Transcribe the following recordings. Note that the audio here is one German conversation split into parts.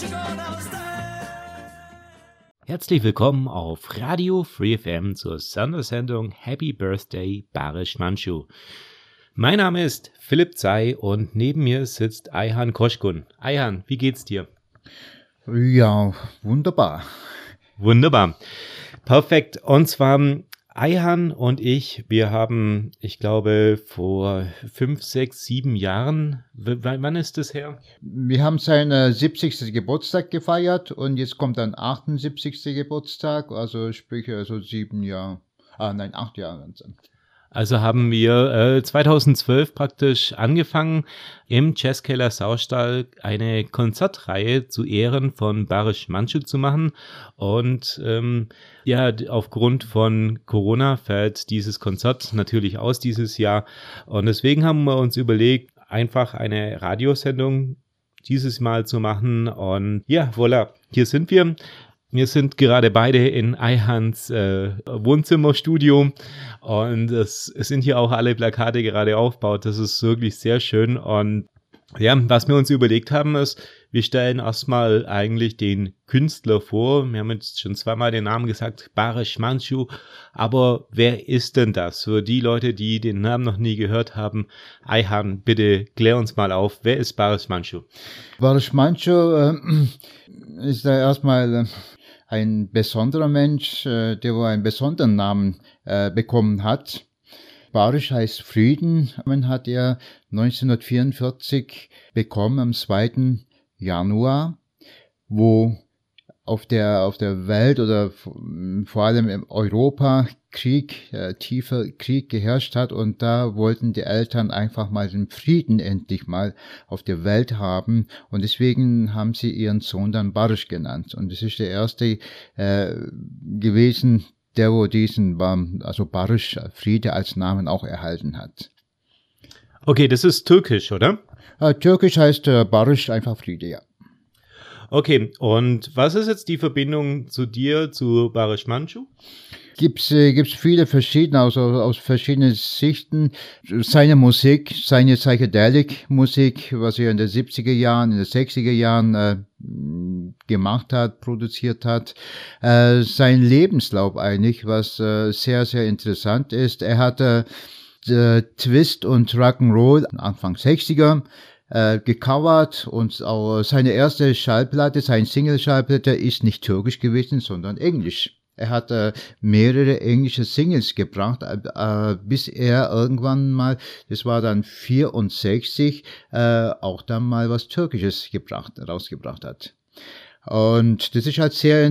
Herzlich willkommen auf Radio Free FM zur Sondersendung Happy Birthday Barish Manchu. Mein Name ist Philipp Zey und neben mir sitzt Ayhan Koşkun. Ayhan, wie geht's dir? Ja, wunderbar. Wunderbar. Perfekt. Und zwar Ayhan und wir haben, ich glaube, vor 5, 6, 7 Jahren, wann ist das her? Wir haben seinen 70. Geburtstag gefeiert und jetzt kommt dann 78. Geburtstag, also sprich so 7 Jahre, 8 Jahre. Also haben wir 2012 praktisch angefangen, im Jazzkeller Saustall eine Konzertreihe zu Ehren von Barish Manchu zu machen. Und aufgrund von Corona fällt dieses Konzert natürlich aus dieses Jahr. Und deswegen haben wir uns überlegt, einfach eine Radiosendung dieses Mal zu machen. Und ja, voilà, hier sind wir. Wir sind gerade beide in Ayhans Wohnzimmerstudio und es sind hier auch alle Plakate gerade aufgebaut. Das ist wirklich sehr schön. Und ja, was wir uns überlegt haben ist, wir stellen erstmal eigentlich den Künstler vor. Wir haben jetzt schon zweimal den Namen gesagt, Barish Manchu. Aber wer ist denn das? Für die Leute, die den Namen noch nie gehört haben, Ayhan, bitte klär uns mal auf. Wer ist Barish Manchu? Barish Manchu ist da erstmal ein besonderer Mensch, der wohl einen besonderen Namen bekommen hat. Barish heißt Frieden. Man hat er 1944 bekommen, am 2. Januar, wo auf der Welt oder vor allem in Europa tiefer Krieg geherrscht hat, und da wollten die Eltern einfach mal den Frieden endlich mal auf der Welt haben, und deswegen haben sie ihren Sohn dann Barish genannt, und das ist der erste gewesen, der wo diesen Barish, Friede als Namen auch erhalten hat. Okay, das ist türkisch, oder? Türkisch heißt Barish einfach Friede, ja. Okay, und was ist jetzt die Verbindung zu dir, zu Barish Manchu? Gibt's viele verschiedene, aus verschiedenen Sichten. Seine Musik, seine Psychedelic-Musik, was er in den 70er Jahren, in den 60er Jahren gemacht hat, produziert hat. Sein Lebenslauf eigentlich, was sehr, sehr interessant ist. Er hatte Twist und Rock'n'Roll Anfang 60er gecovert, und auch seine erste Schallplatte, seine Single-Schallplatte ist nicht türkisch gewesen, sondern englisch. Er hat mehrere englische Singles gebracht, bis er irgendwann mal, das war dann 64, auch dann mal was Türkisches rausgebracht hat. Und das ist halt sehr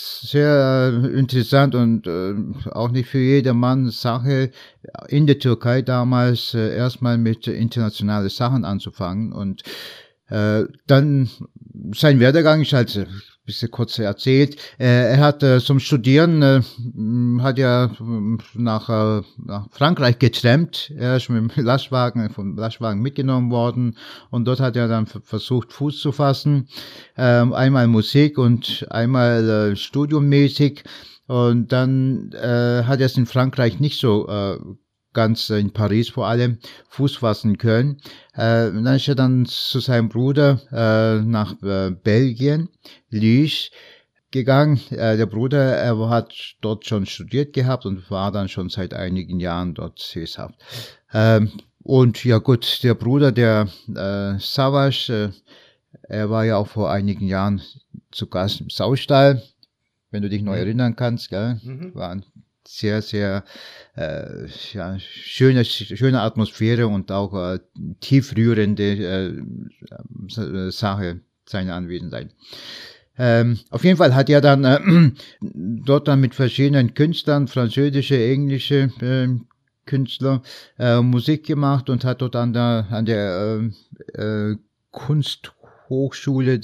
interessant und auch nicht für jedermann Sache, in der Türkei damals erstmal mit internationalen Sachen anzufangen. Und dann sein Werdegang ist halt ein bisschen kurz erzählt. Er hat zum Studieren, hat ja nach Frankreich getrampt. Er ist vom Lastwagen mitgenommen worden, und dort hat er dann versucht, Fuß zu fassen. Einmal Musik und einmal studiummäßig. Und dann hat er es in Frankreich nicht so ganz in Paris vor allem Fuß fassen können. Dann ist er dann zu seinem Bruder nach Belgien, Liège, gegangen. Der Bruder, er hat dort schon studiert gehabt und war dann schon seit einigen Jahren dort sesshaft. Und ja gut, der Bruder, der Savas, er war ja auch vor einigen Jahren zu Gast im Saustall, wenn du dich noch erinnern kannst, gell? War ein sehr, sehr schöne Atmosphäre und auch tiefrührende Sache, seine Anwesenheit. Auf jeden Fall hat er dann dort dann mit verschiedenen Künstlern, französische, englische Künstler, Musik gemacht, und hat dort an der Kunsthochschule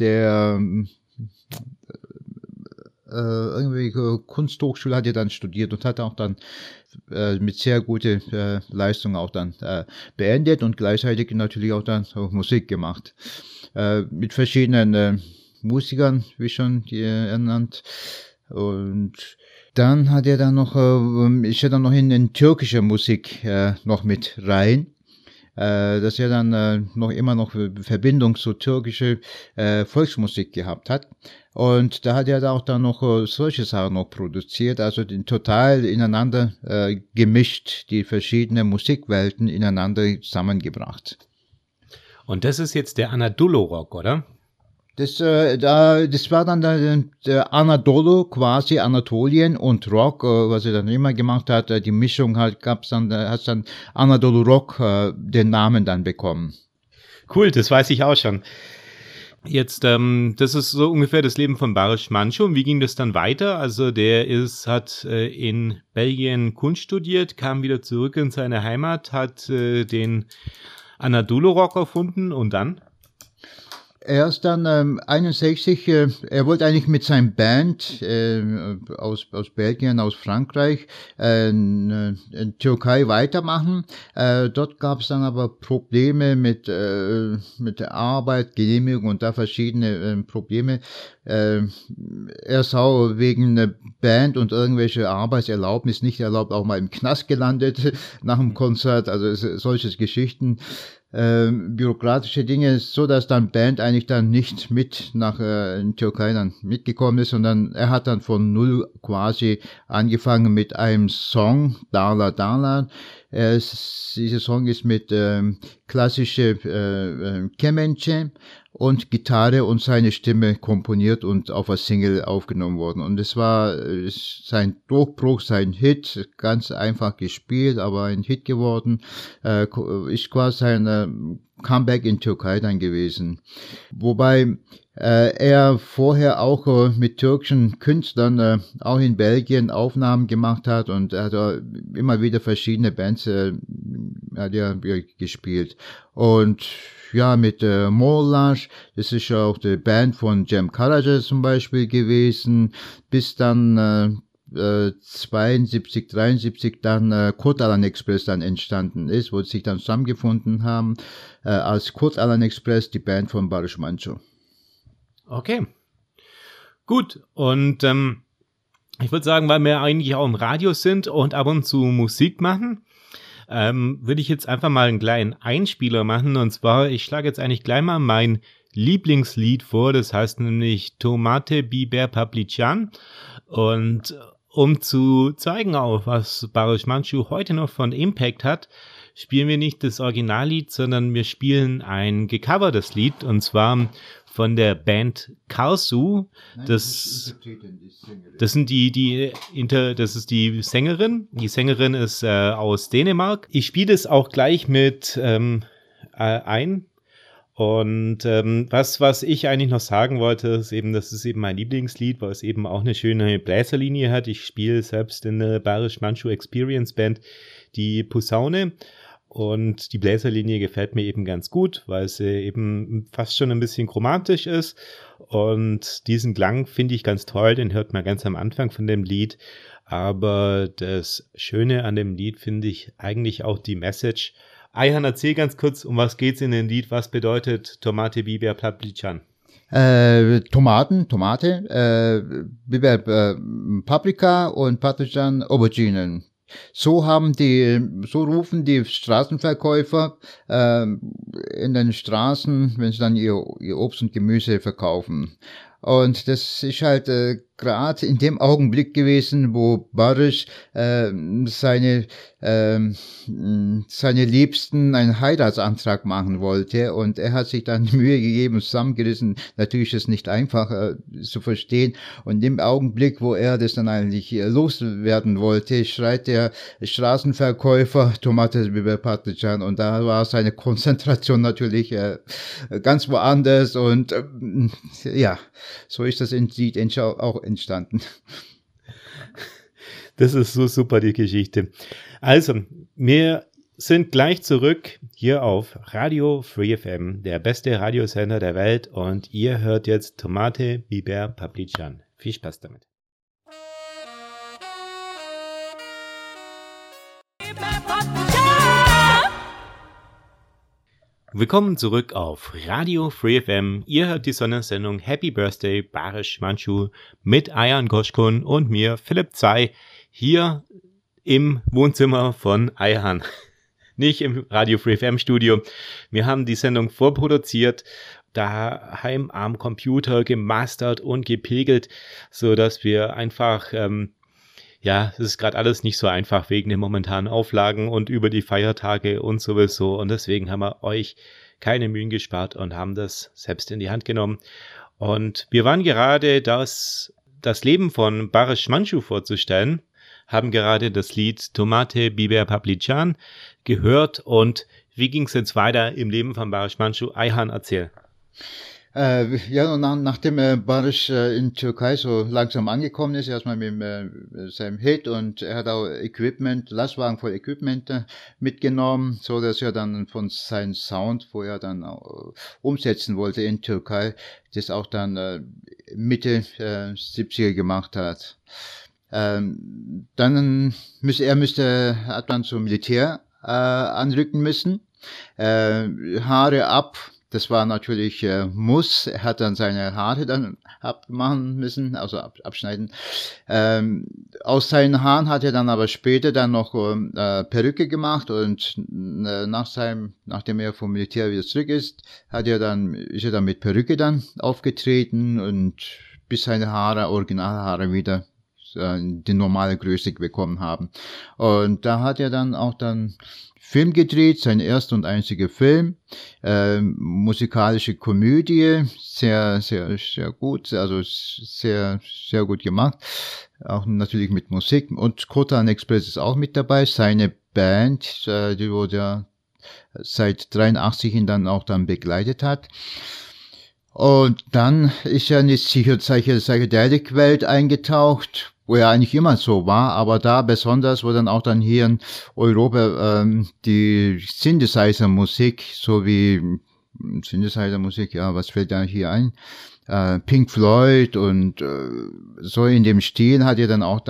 Kunsthochschule hat er dann studiert und hat auch dann mit sehr gute Leistung auch dann beendet und gleichzeitig natürlich auch dann Musik gemacht. Mit verschiedenen Musikern, wie schon ernannt. Und dann hat er dann noch, ist er dann noch in türkische Musik noch mit rein. dass er dann noch immer noch Verbindung zur türkischen Volksmusik gehabt hat. Und da hat er auch dann noch solche Sachen noch produziert, also den total ineinander gemischt, die verschiedenen Musikwelten ineinander zusammengebracht. Und das ist jetzt der Anadolu-Rock, oder? Das war dann der Anadolu, quasi Anatolien und Rock, was er dann immer gemacht hat. Die Mischung hat dann Anadolu Rock den Namen dann bekommen. Cool, das weiß ich auch schon. Jetzt, das ist so ungefähr das Leben von Barış Manço. Und wie ging das dann weiter? Also der hat in Belgien Kunst studiert, kam wieder zurück in seine Heimat, hat den Anadolu Rock erfunden und dann? Er ist dann 61, er wollte eigentlich mit seinem Band aus Belgien, aus Frankreich, in Türkei weitermachen. Dort gab es dann aber Probleme mit der Arbeit, Genehmigung und da verschiedene Probleme. Er ist auch wegen einer Band und irgendwelche Arbeitserlaubnis nicht erlaubt, auch mal im Knast gelandet nach dem Konzert, also solche Geschichten. Bürokratische Dinge, so dass dann Band eigentlich dann nicht mit nach in Türkei dann mitgekommen ist, sondern er hat dann von null quasi angefangen mit einem Song, Dala Dala. Dieser Song ist mit klassische Kemençe und Gitarre und seine Stimme komponiert und auf als Single aufgenommen worden. Und es war sein Durchbruch, sein Hit, ganz einfach gespielt, aber ein Hit geworden. Ist quasi sein Comeback in Türkei dann gewesen. Wobei er vorher auch mit türkischen Künstlern auch in Belgien Aufnahmen gemacht hat und er hat immer wieder verschiedene Bands hat er gespielt. Und ja, mit Mollaş, das ist ja auch die Band von Cem Karaca zum Beispiel gewesen, bis dann 72, 73 dann Kurtalan Express dann entstanden ist, wo sie sich dann zusammengefunden haben, als Kurtalan Express, die Band von Barış Manço. Okay, gut. Und ich würde sagen, weil wir eigentlich auch im Radio sind und ab und zu Musik machen, würde ich jetzt einfach mal einen kleinen Einspieler machen. Und zwar, ich schlage jetzt eigentlich gleich mal mein Lieblingslied vor. Das heißt nämlich Tomate, Biber, Paprika. Und um zu zeigen auch, was Barış Manço heute noch von Impact hat, spielen wir nicht das Originallied, sondern wir spielen ein gecovertes Lied. Und zwar von der Band Karsu. Das sind das ist die Sängerin. Die Sängerin ist aus Dänemark. Ich spiele es auch gleich mit ein. Und was ich eigentlich noch sagen wollte, ist eben, das ist eben mein Lieblingslied, weil es eben auch eine schöne Bläserlinie hat. Ich spiele selbst in der Barış Manço Experience Band die Posaune. Und die Bläserlinie gefällt mir eben ganz gut, weil sie eben fast schon ein bisschen chromatisch ist. Und diesen Klang finde ich ganz toll, den hört man ganz am Anfang von dem Lied. Aber das Schöne an dem Lied finde ich eigentlich auch die Message. Ayhan, erzähl ganz kurz, um was geht's in dem Lied? Was bedeutet Tomate, Biber, Paprika? Tomate, Biber, Paprika und Paprika, Auberginen. So rufen die Straßenverkäufer in den Straßen, wenn sie dann ihr Obst und Gemüse verkaufen. Und das ist halt gerade in dem Augenblick gewesen, wo Barış seine Liebsten einen Heiratsantrag machen wollte, und er hat sich dann Mühe gegeben, zusammengerissen. Natürlich ist es nicht einfach zu verstehen, und in dem Augenblick, wo er das dann eigentlich loswerden wollte, schreit der Straßenverkäufer Tomate, Biber, Paprika, und da war seine Konzentration natürlich ganz woanders, und ja, so ist das Lied auch entstanden. Das ist so super, die Geschichte. Also, wir sind gleich zurück hier auf Radio Free FM, der beste Radiosender der Welt, und ihr hört jetzt Tomate, Biber, Paprika. Viel Spaß damit. Willkommen zurück auf Radio Free FM. Ihr hört die Sondersendung Happy Birthday Barış Manço mit Ayhan Coşkun und mir, Philipp Zey, hier im Wohnzimmer von Ayhan. nicht im Radio Free FM Studio. Wir haben die Sendung vorproduziert, daheim am Computer gemastert und gepegelt, so dass wir einfach, das ist gerade alles nicht so einfach wegen den momentanen Auflagen und über die Feiertage und sowieso. Und deswegen haben wir euch keine Mühen gespart und haben das selbst in die Hand genommen. Und wir waren gerade das Leben von Barysh Manchu vorzustellen, haben gerade das Lied Tomate, Biber, Paprika gehört. Und wie ging es jetzt weiter im Leben von Barysh Manchu? Ayhan, erzähl. Nachdem Barysh in Türkei so langsam angekommen ist, erstmal mit seinem Hit, und er hat auch Lastwagen voll Equipment mitgenommen, so dass er dann von seinem Sound, wo er dann umsetzen wollte in Türkei, das auch dann Mitte 70er gemacht hat. Dann hat dann zum Militär anrücken müssen, Haare ab. Das war natürlich Muss. Er hat dann seine Haare dann abmachen müssen, also abschneiden. Aus seinen Haaren hat er dann aber später dann noch Perücke gemacht, und nachdem er vom Militär wieder zurück ist, ist er dann mit Perücke dann aufgetreten, und bis seine Originalhaare wieder die normale Größe bekommen haben. Und da hat er dann auch Film gedreht, sein erster und einziger Film, musikalische Komödie, sehr, sehr, sehr gut, also sehr, sehr gut gemacht, auch natürlich mit Musik, und Khotan Express ist auch mit dabei, seine Band, die wurde seit 83 dann auch dann begleitet hat. Und dann ist er in die Psychedelic-Welt eingetaucht, wo er eigentlich immer so war, aber da besonders, wo dann hier in Europa die Synthesizer-Musik, was fällt da hier ein? Pink Floyd und so in dem Stil hat er dann auch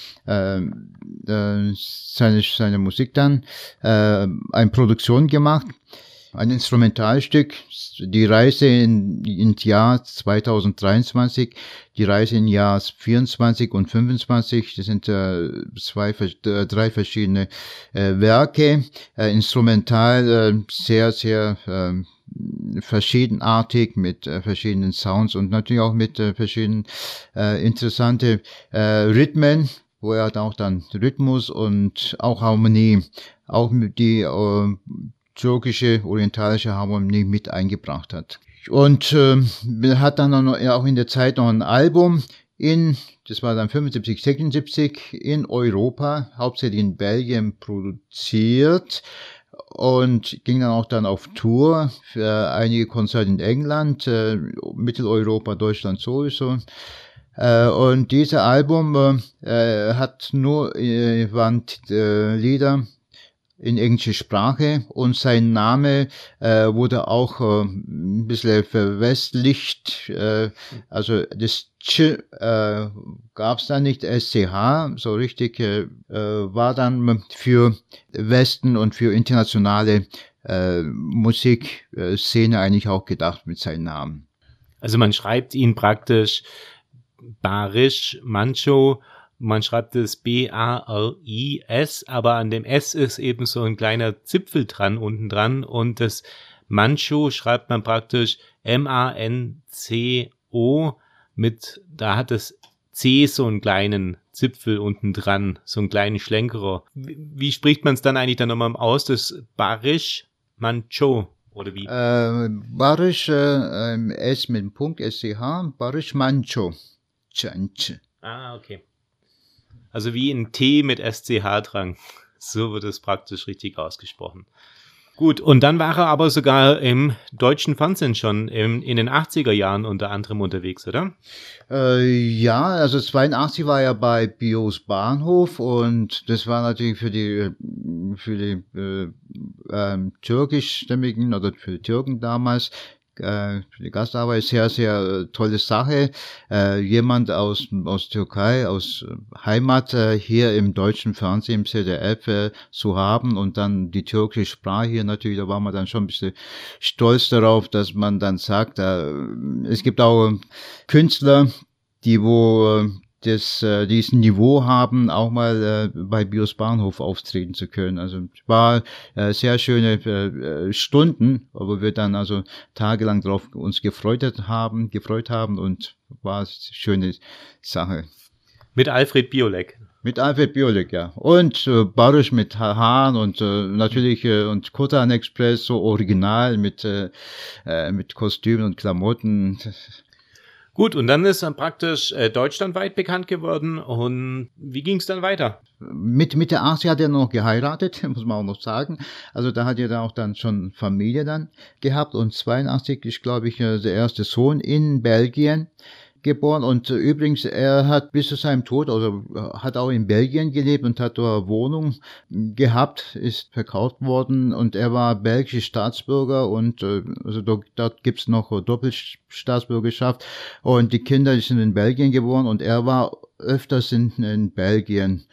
seine Musik dann eine Produktion gemacht. Ein Instrumentalstück, die Reise ins Jahr 2023, die Reise in Jahr 24 und 25, das sind drei verschiedene Werke, instrumental sehr, sehr verschiedenartig, mit verschiedenen Sounds und natürlich auch mit verschiedenen interessante Rhythmen, wo er auch dann Rhythmus und auch Harmonie, auch die türkische, orientalische Harmonie mit eingebracht hat. Und hat dann auch in der Zeit noch ein Album das war dann 75, 76 in Europa, hauptsächlich in Belgien produziert, und ging dann auch auf Tour für einige Konzerte in England, Mitteleuropa, Deutschland sowieso. Und dieses Album waren Lieder in englischer Sprache, und sein Name wurde auch ein bisschen verwestlicht, also das Ch gab's da nicht, SCH, so richtig, war dann für Westen und für internationale Musikszene eigentlich auch gedacht mit seinem Namen. Also man schreibt ihn praktisch Barysh Manchu. Man schreibt es B-A-R-I-S, aber an dem S ist eben so ein kleiner Zipfel unten dran, und das Manchu schreibt man praktisch M-A-N-C-O da hat das C so einen kleinen Zipfel unten dran, so einen kleinen Schlenkerer. Wie spricht man es dann eigentlich dann nochmal aus, das Barysh Manchu, oder wie? Barysh, S mit dem Punkt, S-C-H, Barysh Manchu. Ah, okay. Also wie ein T mit SCH dran. So wird es praktisch richtig ausgesprochen. Gut, und dann war er aber sogar im deutschen Fernsehen schon in den 80er Jahren unter anderem unterwegs, oder? Ja, also 82 war er bei Bios Bahnhof, und das war natürlich für die türkischstämmigen oder für die Türken damals, für die Gastarbeit, sehr, sehr tolle Sache. Jemand aus Türkei, aus Heimat, hier im deutschen Fernsehen, im ZDF, zu haben, und dann die türkische Sprache hier natürlich, da war man dann schon ein bisschen stolz darauf, dass man dann sagt, es gibt auch Künstler, die dieses Niveau haben, auch mal bei BIOS Bahnhof auftreten zu können. Also war sehr schöne Stunden, wo wir dann also tagelang drauf uns gefreut haben und war eine schöne Sache. Mit Alfred Biolek. Mit Alfred Biolek, ja. Und Baruch mit Hahn und natürlich und Kotan Express, so original mit Kostümen und Klamotten. Gut, und dann ist dann praktisch deutschlandweit bekannt geworden. Und wie ging es dann weiter? Mitte 80 hat er noch geheiratet, muss man auch noch sagen. Also da hat er dann auch dann schon Familie dann gehabt. Und 82 ist, glaube ich, der erste Sohn in Belgien geboren. Und übrigens, er hat bis zu seinem Tod, also hat auch in Belgien gelebt und hat dort eine Wohnung gehabt, ist verkauft worden und er war belgischer Staatsbürger und also dort gibt's noch Doppelstaatsbürgerschaft und die Kinder sind in Belgien geboren und er war öfters in Belgien.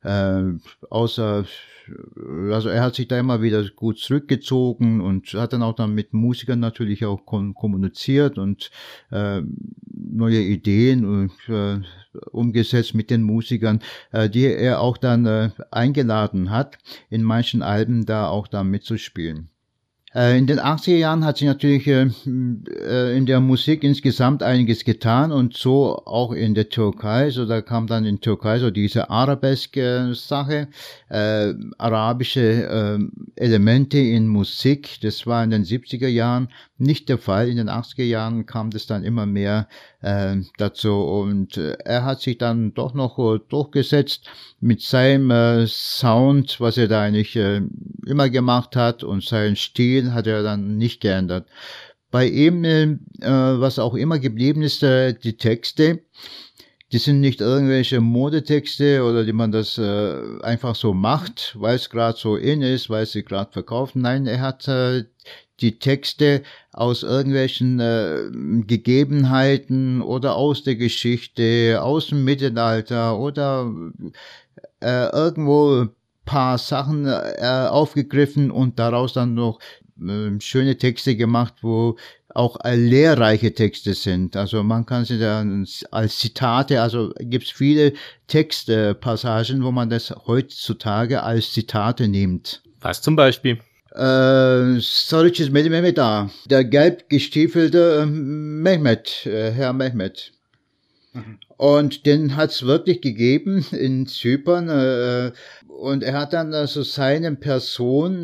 Also er hat sich da immer wieder gut zurückgezogen und hat dann auch dann mit Musikern natürlich auch kommuniziert und neue Ideen umgesetzt mit den Musikern, die er auch dann eingeladen hat, in manchen Alben da auch da mitzuspielen. In den 80er Jahren hat sich natürlich in der Musik insgesamt einiges getan und so auch in der Türkei. So da kam dann in Türkei so diese Arabesk-Sache, arabische Elemente in Musik. Das war in den 70er Jahren nicht der Fall. In den 80er Jahren kam das dann immer mehr dazu und er hat sich dann doch noch durchgesetzt mit seinem Sound, was er da eigentlich immer gemacht hat und seinen Stil hat er dann nicht geändert. Bei ihm, was auch immer geblieben ist, die Texte, die sind nicht irgendwelche Modetexte oder die man das einfach so macht, weil es gerade so in ist, weil sie gerade verkaufen. Nein, er hat die Texte aus irgendwelchen Gegebenheiten oder aus der Geschichte, aus dem Mittelalter oder irgendwo paar Sachen aufgegriffen und daraus dann noch schöne Texte gemacht, wo auch lehrreiche Texte sind. Also man kann sie dann als Zitate, also gibt's viele Textpassagen, wo man das heutzutage als Zitate nimmt. Was zum Beispiel? Solches Mehmet da, der gelb gestiefelte Mehmet, Herr Mehmet. Und den hat's wirklich gegeben in Zypern und er hat dann also seine Person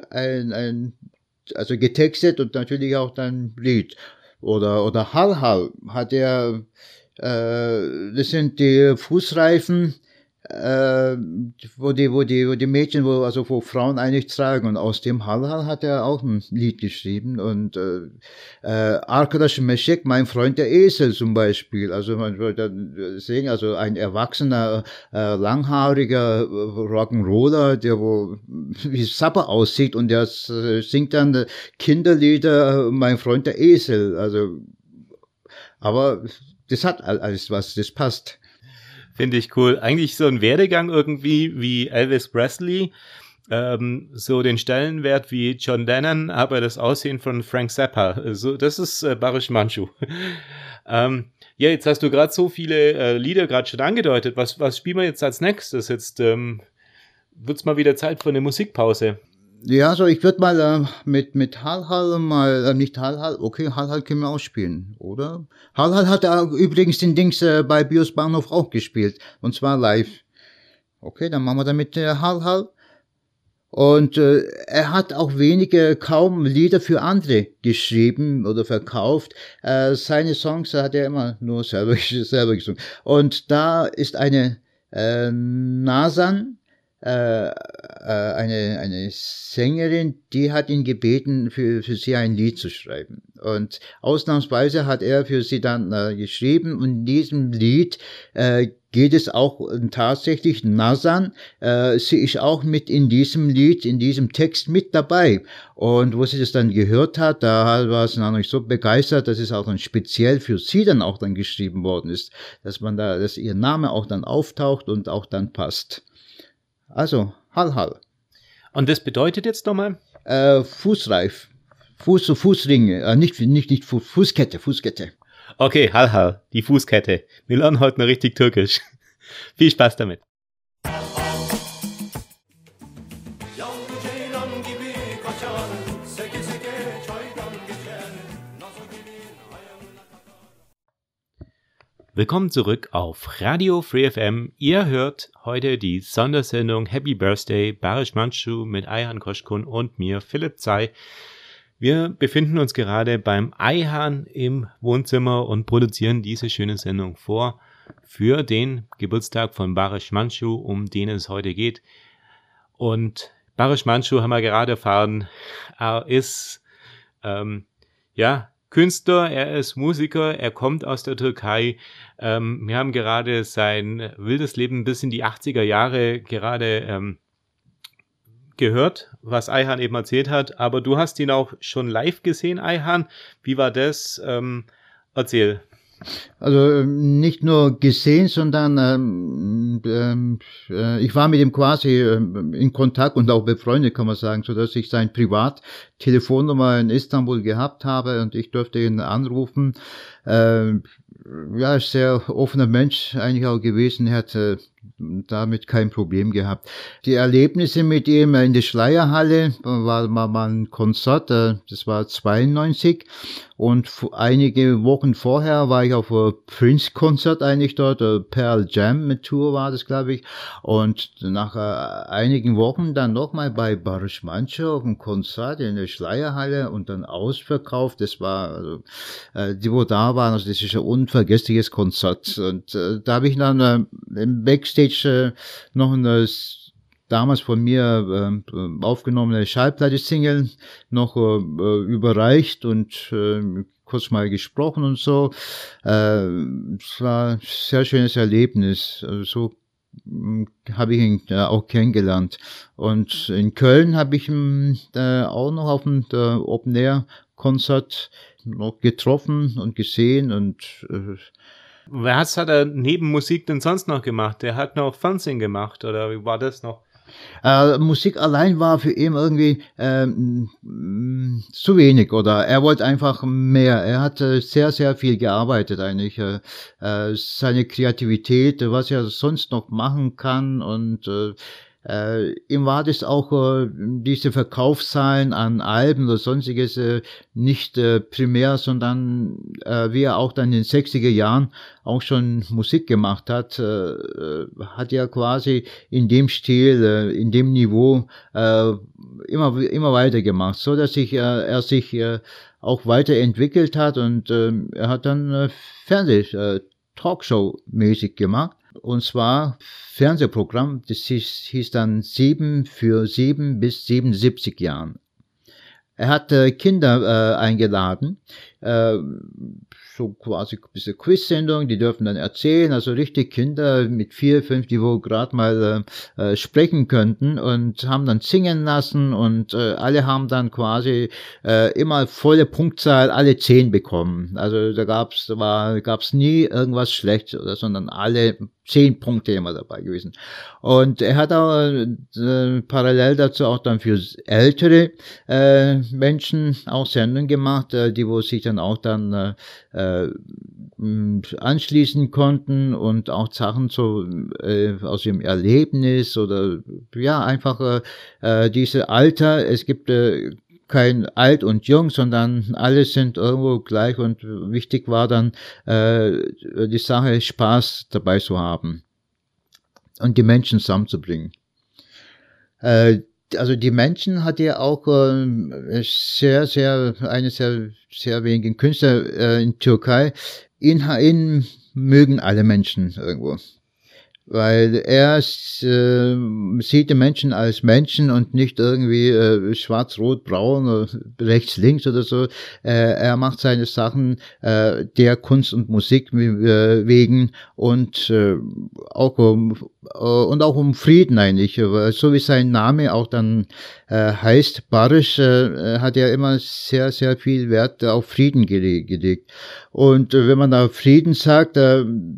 also getextet und natürlich auch dann Lied. Oder Hal Hal hat er, das sind die Fußreifen, wo die Mädchen, wo Frauen eigentlich tragen. Und aus dem Hal Hal hat er auch ein Lied geschrieben. Und Arkadaşım Meşek, mein Freund der Esel zum Beispiel. Also man wird dann sehen, also ein erwachsener, langhaariger Rock'n'Roller, der wo wie Sapper aussieht und der singt dann Kinderlieder, mein Freund der Esel. Also, aber das hat alles was, das passt. Finde ich cool. Eigentlich so ein Werdegang irgendwie wie Elvis Presley, so den Stellenwert wie John Lennon, aber das Aussehen von Frank Zappa. So, das ist Baruch Manchu. Ja, jetzt hast du gerade so viele Lieder gerade schon angedeutet. Was spielen wir jetzt als nächstes? Jetzt wird's mal wieder Zeit für eine Musikpause. Ja, so ich würde mal mit Hal Hal mal, nicht Hal Hal, okay, Hal Hal können wir auch spielen, oder? Hal Hal hat übrigens den Dings bei BIOS Bahnhof auch gespielt, und zwar live. Okay, dann machen wir damit Hal Hal. Und er hat auch kaum Lieder für andere geschrieben oder verkauft. Seine Songs hat er immer nur selber gesungen. Und da ist eine Nasan, eine Sängerin, die hat ihn gebeten, für sie ein Lied zu schreiben. Und ausnahmsweise hat er für sie dann geschrieben. Und in diesem Lied geht es auch tatsächlich Nasan. Sie ist auch mit in diesem Lied, in diesem Text mit dabei. Und wo sie das dann gehört hat, da war sie dann so begeistert, dass es auch dann speziell für sie dann auch dann geschrieben worden ist, dass ihr Name auch dann auftaucht und auch dann passt. Also, Hal Hal. Und das bedeutet jetzt nochmal? Fußreif. Fußringe, nicht Fußkette. Okay, Hal, die Fußkette. Wir lernen heute noch richtig Türkisch. Viel Spaß damit. Willkommen zurück auf Radio Free FM. Ihr hört heute die Sondersendung Happy Birthday Barish Mançu mit Ayhan Coşkun und mir, Philipp Zay. Wir befinden uns gerade beim Ayhan im Wohnzimmer und produzieren diese schöne Sendung vor für den Geburtstag von Barish Mançu, um den es heute geht. Und Barish Mançu, haben wir gerade erfahren, er ist Künstler, er ist Musiker, er kommt aus der Türkei. Wir haben gerade sein wildes Leben bis in die 80er Jahre gerade gehört, was Ayhan eben erzählt hat. Aber du hast ihn auch schon live gesehen, Ayhan. Wie war das? Erzähl. Also nicht nur gesehen, sondern ich war mit ihm quasi in Kontakt und auch befreundet, kann man sagen, so dass ich sein Privattelefonnummer in Istanbul gehabt habe und ich durfte ihn anrufen. Ist sehr offener Mensch eigentlich auch gewesen, er hat damit kein Problem gehabt. Die Erlebnisse mit ihm in der Schleierhalle war mal ein Konzert, das war 92 und einige Wochen vorher war ich auf einem Prince-Konzert eigentlich dort, Pearl Jam Tour war das, glaube ich, und nach einigen Wochen dann nochmal bei Barish Mançu auf einem Konzert in der Schleierhalle und dann ausverkauft, das war, also, die wo da waren, also das ist ein unvergessliches Konzert und da habe ich dann im Backstage noch eine damals von mir aufgenommene Schallplatte-Single noch überreicht und kurz mal gesprochen und so. Es war ein sehr schönes Erlebnis. Also so habe ich ihn auch kennengelernt. Und in Köln habe ich ihn auch noch auf dem Open-Air-Konzert noch getroffen und gesehen und was hat er neben Musik denn sonst noch gemacht? Der hat noch Fernsehen gemacht, oder wie war das noch? Musik allein war für ihn irgendwie zu wenig, oder er wollte einfach mehr. Er hat sehr, sehr viel gearbeitet eigentlich. Seine Kreativität, was er sonst noch machen kann und ihm war das auch diese Verkaufszahlen an Alben oder sonstiges nicht primär, sondern wie er auch dann in den 60er Jahren auch schon Musik gemacht hat, hat er quasi in dem Stil, in dem Niveau immer weiter gemacht, so dass er sich auch weiterentwickelt hat und er hat dann Talkshow-mäßig gemacht. Und zwar Fernsehprogramm, das hieß dann 7 für 7 bis 77 Jahren. Er hat Kinder eingeladen, so quasi ein bisschen Quiz-Sendung, die dürfen dann erzählen, also richtig Kinder mit 4, 5, die wo gerade mal sprechen könnten und haben dann singen lassen und alle haben dann quasi immer volle Punktzahl, alle 10 bekommen. Also da gab's nie irgendwas schlecht, sondern alle 10 Punkte immer dabei gewesen. Und er hat auch parallel dazu auch dann für ältere Menschen auch Sendungen gemacht, die wo sich dann auch dann anschließen konnten und auch Sachen so aus ihrem Erlebnis oder ja einfach diese Alter, es gibt kein alt und jung, sondern alle sind irgendwo gleich und wichtig war dann die Sache, Spaß dabei zu haben und die Menschen zusammenzubringen. Also die Menschen hat ja auch eine sehr wenigen Künstler in Türkei. Ihn mögen alle Menschen irgendwo. Weil er sieht die Menschen als Menschen und nicht irgendwie schwarz, rot, braun, rechts, links oder so. Er macht seine Sachen der Kunst und Musik wegen und auch um Frieden eigentlich. So wie sein Name auch dann heißt, Barish, hat er immer sehr, sehr viel Wert auf Frieden gelegt. Und wenn man da Frieden sagt, dann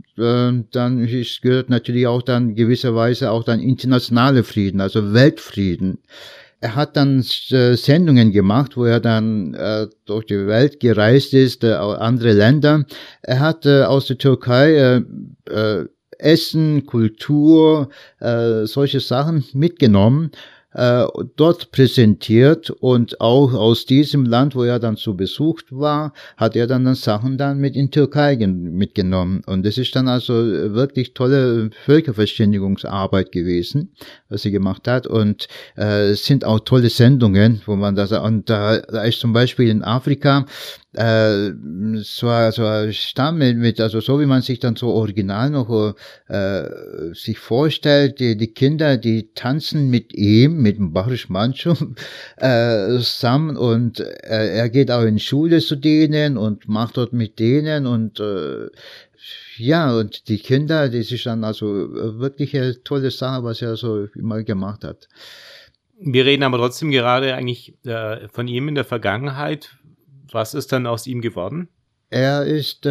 gehört natürlich auch dann gewisserweise auch dann internationale Frieden, also Weltfrieden. er hat dann Sendungen gemacht, wo er dann durch die Welt gereist ist, andere Länder. Er hat aus der Türkei Essen, Kultur, solche Sachen mitgenommen, dort präsentiert, und auch aus diesem Land, wo er dann zu Besuch war, hat er dann Sachen dann mit in Türkei mitgenommen. Und das ist dann also wirklich tolle Völkerverständigungsarbeit gewesen, was sie gemacht hat. Und es sind auch tolle Sendungen, wo man das, und da ist zum Beispiel in Afrika so ein Stamm mit, also so wie man sich dann so original noch sich vorstellt, die Kinder, die tanzen mit ihm, mit dem Barış Manço zusammen, und er geht auch in Schule zu denen und macht dort mit denen, und ja, und die Kinder, das ist dann also wirklich eine tolle Sache, was er so immer gemacht hat. Wir reden aber trotzdem gerade eigentlich von ihm in der Vergangenheit. Was ist dann aus ihm geworden? Er ist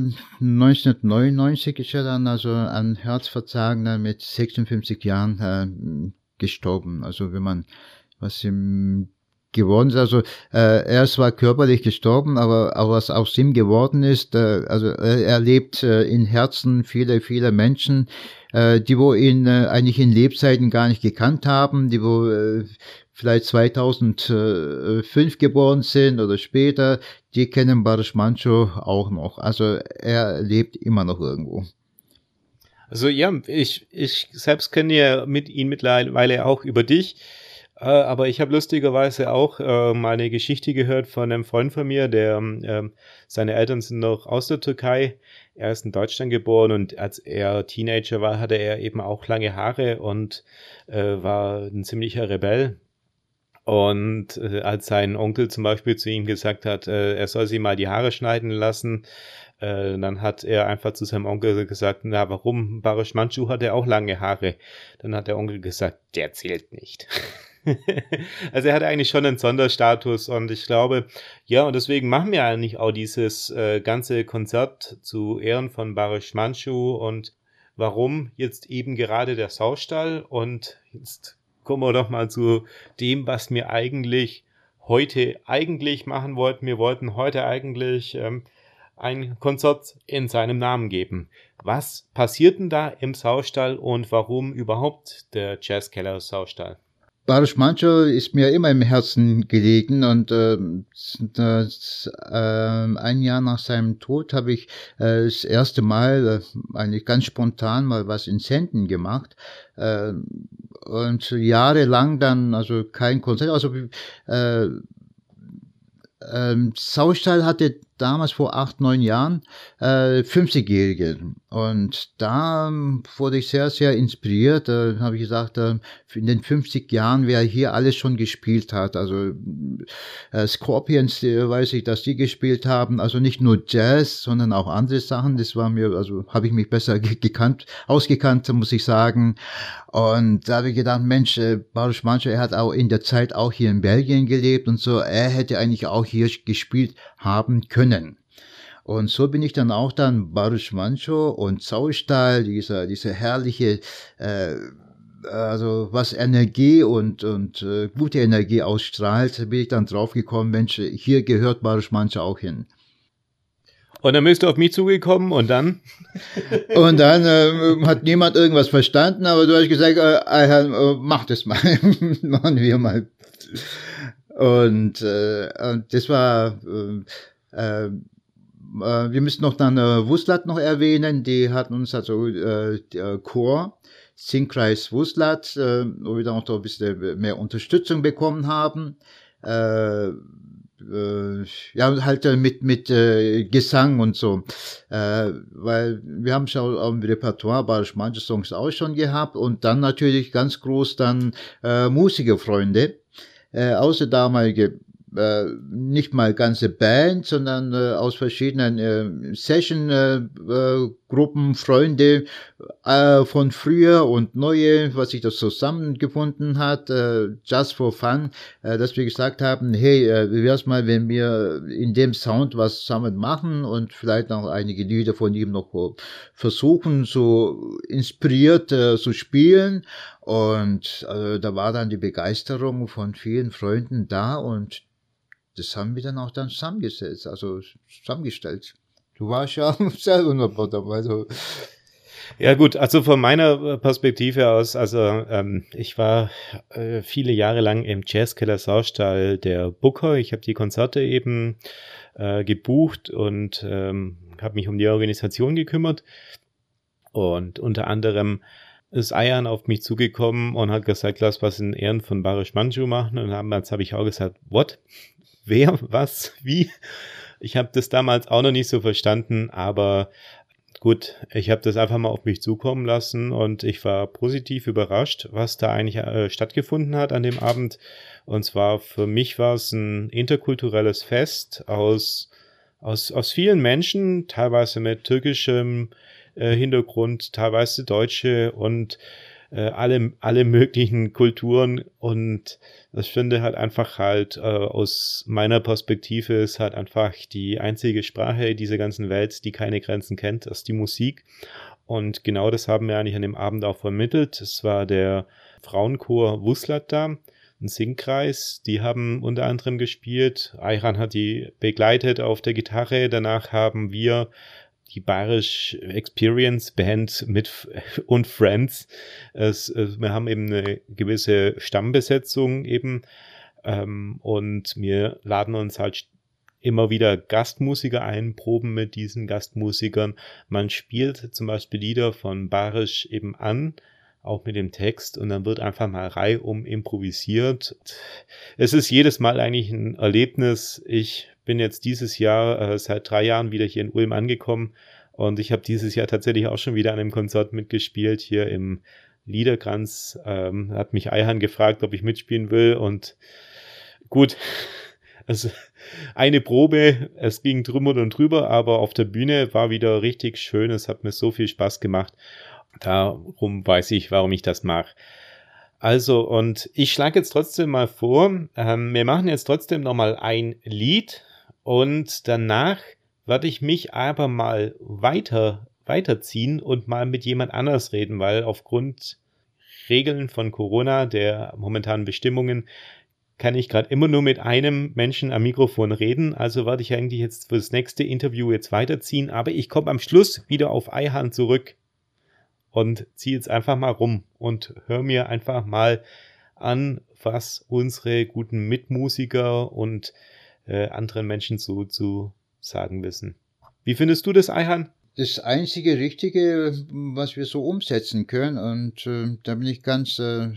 1999 ist er dann also an Herzversagen mit 56 Jahren gestorben. Also wenn man was ihm geworden ist, also er ist zwar körperlich gestorben, aber was aus ihm geworden ist, also er lebt in Herzen vieler Menschen, die wo ihn eigentlich in Lebzeiten gar nicht gekannt haben, die wo vielleicht 2005 geboren sind oder später, die kennen Barış Manço auch noch. Also er lebt immer noch irgendwo. Also ja, ich selbst kenne ja ihn mittlerweile auch über dich, aber ich habe lustigerweise auch mal eine Geschichte gehört von einem Freund von mir, der seine Eltern sind noch aus der Türkei. Er ist in Deutschland geboren, und als er Teenager war, hatte er eben auch lange Haare und war ein ziemlicher Rebell. Und als sein Onkel zum Beispiel zu ihm gesagt hat, er soll sich mal die Haare schneiden lassen, dann hat er einfach zu seinem Onkel gesagt, na warum, Barış Manço hatte auch lange Haare. Dann hat der Onkel gesagt, der zählt nicht. Also er hatte eigentlich schon einen Sonderstatus, und ich glaube, ja, und deswegen machen wir eigentlich auch dieses ganze Konzert zu Ehren von Barış Manço. Und warum jetzt eben gerade der Saustall? Und jetzt kommen wir doch mal zu dem, was wir heute machen wollten. Wir wollten heute eigentlich ein Konzert in seinem Namen geben. Was passiert denn da im Saustall und warum überhaupt der Jazzkeller Saustall? Barış Manço ist mir immer im Herzen gelegen, und ein Jahr nach seinem Tod habe ich das erste Mal eigentlich ganz spontan mal was in Senden gemacht, und jahrelang dann also kein Konzert. Also Saustall hatte damals vor 8, 9 Jahren 50-Jährige, und da wurde ich sehr, sehr inspiriert. Da habe ich gesagt, in den 50 Jahren, wer hier alles schon gespielt hat, also Scorpions, weiß ich, dass die gespielt haben, also nicht nur Jazz, sondern auch andere Sachen. Das war mir, also habe ich mich besser ausgekannt, muss ich sagen. Und da habe ich gedacht, Mensch, Barış Manço, er hat auch in der Zeit auch hier in Belgien gelebt und so, er hätte eigentlich auch hier gespielt haben können. Und so bin ich dann auch Barış Manço und Saustall, diese herrliche, also was Energie und gute Energie ausstrahlt, bin ich dann draufgekommen, Mensch, hier gehört Barış Manço auch hin. Und dann bist du auf mich zugekommen, und dann? Und dann hat niemand irgendwas verstanden, aber du hast gesagt, mach das mal, machen wir mal. Und das war, wir müssen noch dann Wuslat noch erwähnen, die hatten uns also Chor, Singkreis Wuslat, wo wir dann auch ein bisschen mehr Unterstützung bekommen haben. Ja, halt mit Gesang und so, weil wir haben schon auch im Repertoire Barış Manço Songs auch schon gehabt, und dann natürlich ganz groß dann Musikerfreunde, außer damalige nicht mal ganze Band, sondern aus verschiedenen Session-Gruppen, Freunde von früher und neue, was sich das zusammengefunden hat, just for fun, dass wir gesagt haben, hey, wie wär's mal, wenn wir in dem Sound was zusammen machen und vielleicht noch einige Lieder von ihm noch versuchen, so inspiriert zu spielen. Und da war dann die Begeisterung von vielen Freunden da und das haben wir dann auch zusammengestellt. Du warst ja selber noch dabei. So. Ja gut, also von meiner Perspektive aus, ich war viele Jahre lang im Jazzkeller Saustall der Booker. Ich habe die Konzerte eben gebucht und habe mich um die Organisation gekümmert. Und unter anderem ist Ayhan auf mich zugekommen und hat gesagt, lass was in Ehren von Barish Manjoo machen. Und damals habe ich auch gesagt, what? Wer? Was? Wie? Ich habe das damals auch noch nicht so verstanden, aber gut, ich habe das einfach mal auf mich zukommen lassen und ich war positiv überrascht, was da eigentlich stattgefunden hat an dem Abend. Und zwar für mich war es ein interkulturelles Fest aus vielen Menschen, teilweise mit türkischem Hintergrund, teilweise Deutsche und alle möglichen Kulturen, und das finde halt einfach aus meiner Perspektive ist halt einfach die einzige Sprache dieser ganzen Welt, die keine Grenzen kennt, das ist die Musik. Und genau das haben wir eigentlich an dem Abend auch vermittelt. Es war der Frauenchor Wuslat da, ein Singkreis, die haben unter anderem gespielt. Ayhan hat die begleitet auf der Gitarre. Danach haben wir die Barish Experience Band und Friends. Wir haben eben eine gewisse Stammbesetzung eben und wir laden uns halt immer wieder Gastmusiker ein, proben mit diesen Gastmusikern. Man spielt zum Beispiel Lieder von Barish eben an, auch mit dem Text, und dann wird einfach mal reihum improvisiert. Es ist jedes Mal eigentlich ein Erlebnis. Ich bin jetzt dieses Jahr seit 3 Jahren wieder hier in Ulm angekommen und ich habe dieses Jahr tatsächlich auch schon wieder an einem Konzert mitgespielt, hier im Liederkranz. Hat mich Ayhan gefragt, ob ich mitspielen will, und gut, also eine Probe, es ging drüber und drüber, aber auf der Bühne war wieder richtig schön, es hat mir so viel Spaß gemacht. Darum weiß ich, warum ich das mache. Also, und ich schlage jetzt trotzdem mal vor, wir machen jetzt trotzdem nochmal ein Lied und danach werde ich mich aber mal weiterziehen und mal mit jemand anders reden, weil aufgrund Regeln von Corona, der momentanen Bestimmungen, kann ich gerade immer nur mit einem Menschen am Mikrofon reden. Also werde ich eigentlich jetzt für das nächste Interview jetzt weiterziehen, aber ich komme am Schluss wieder auf Ayhan zurück und ziehe jetzt einfach mal rum und höre mir einfach mal an, was unsere guten Mitmusiker und anderen Menschen zu sagen wissen. Wie findest du das, Ayhan? Das einzige Richtige, was wir so umsetzen können, und da bin ich ganz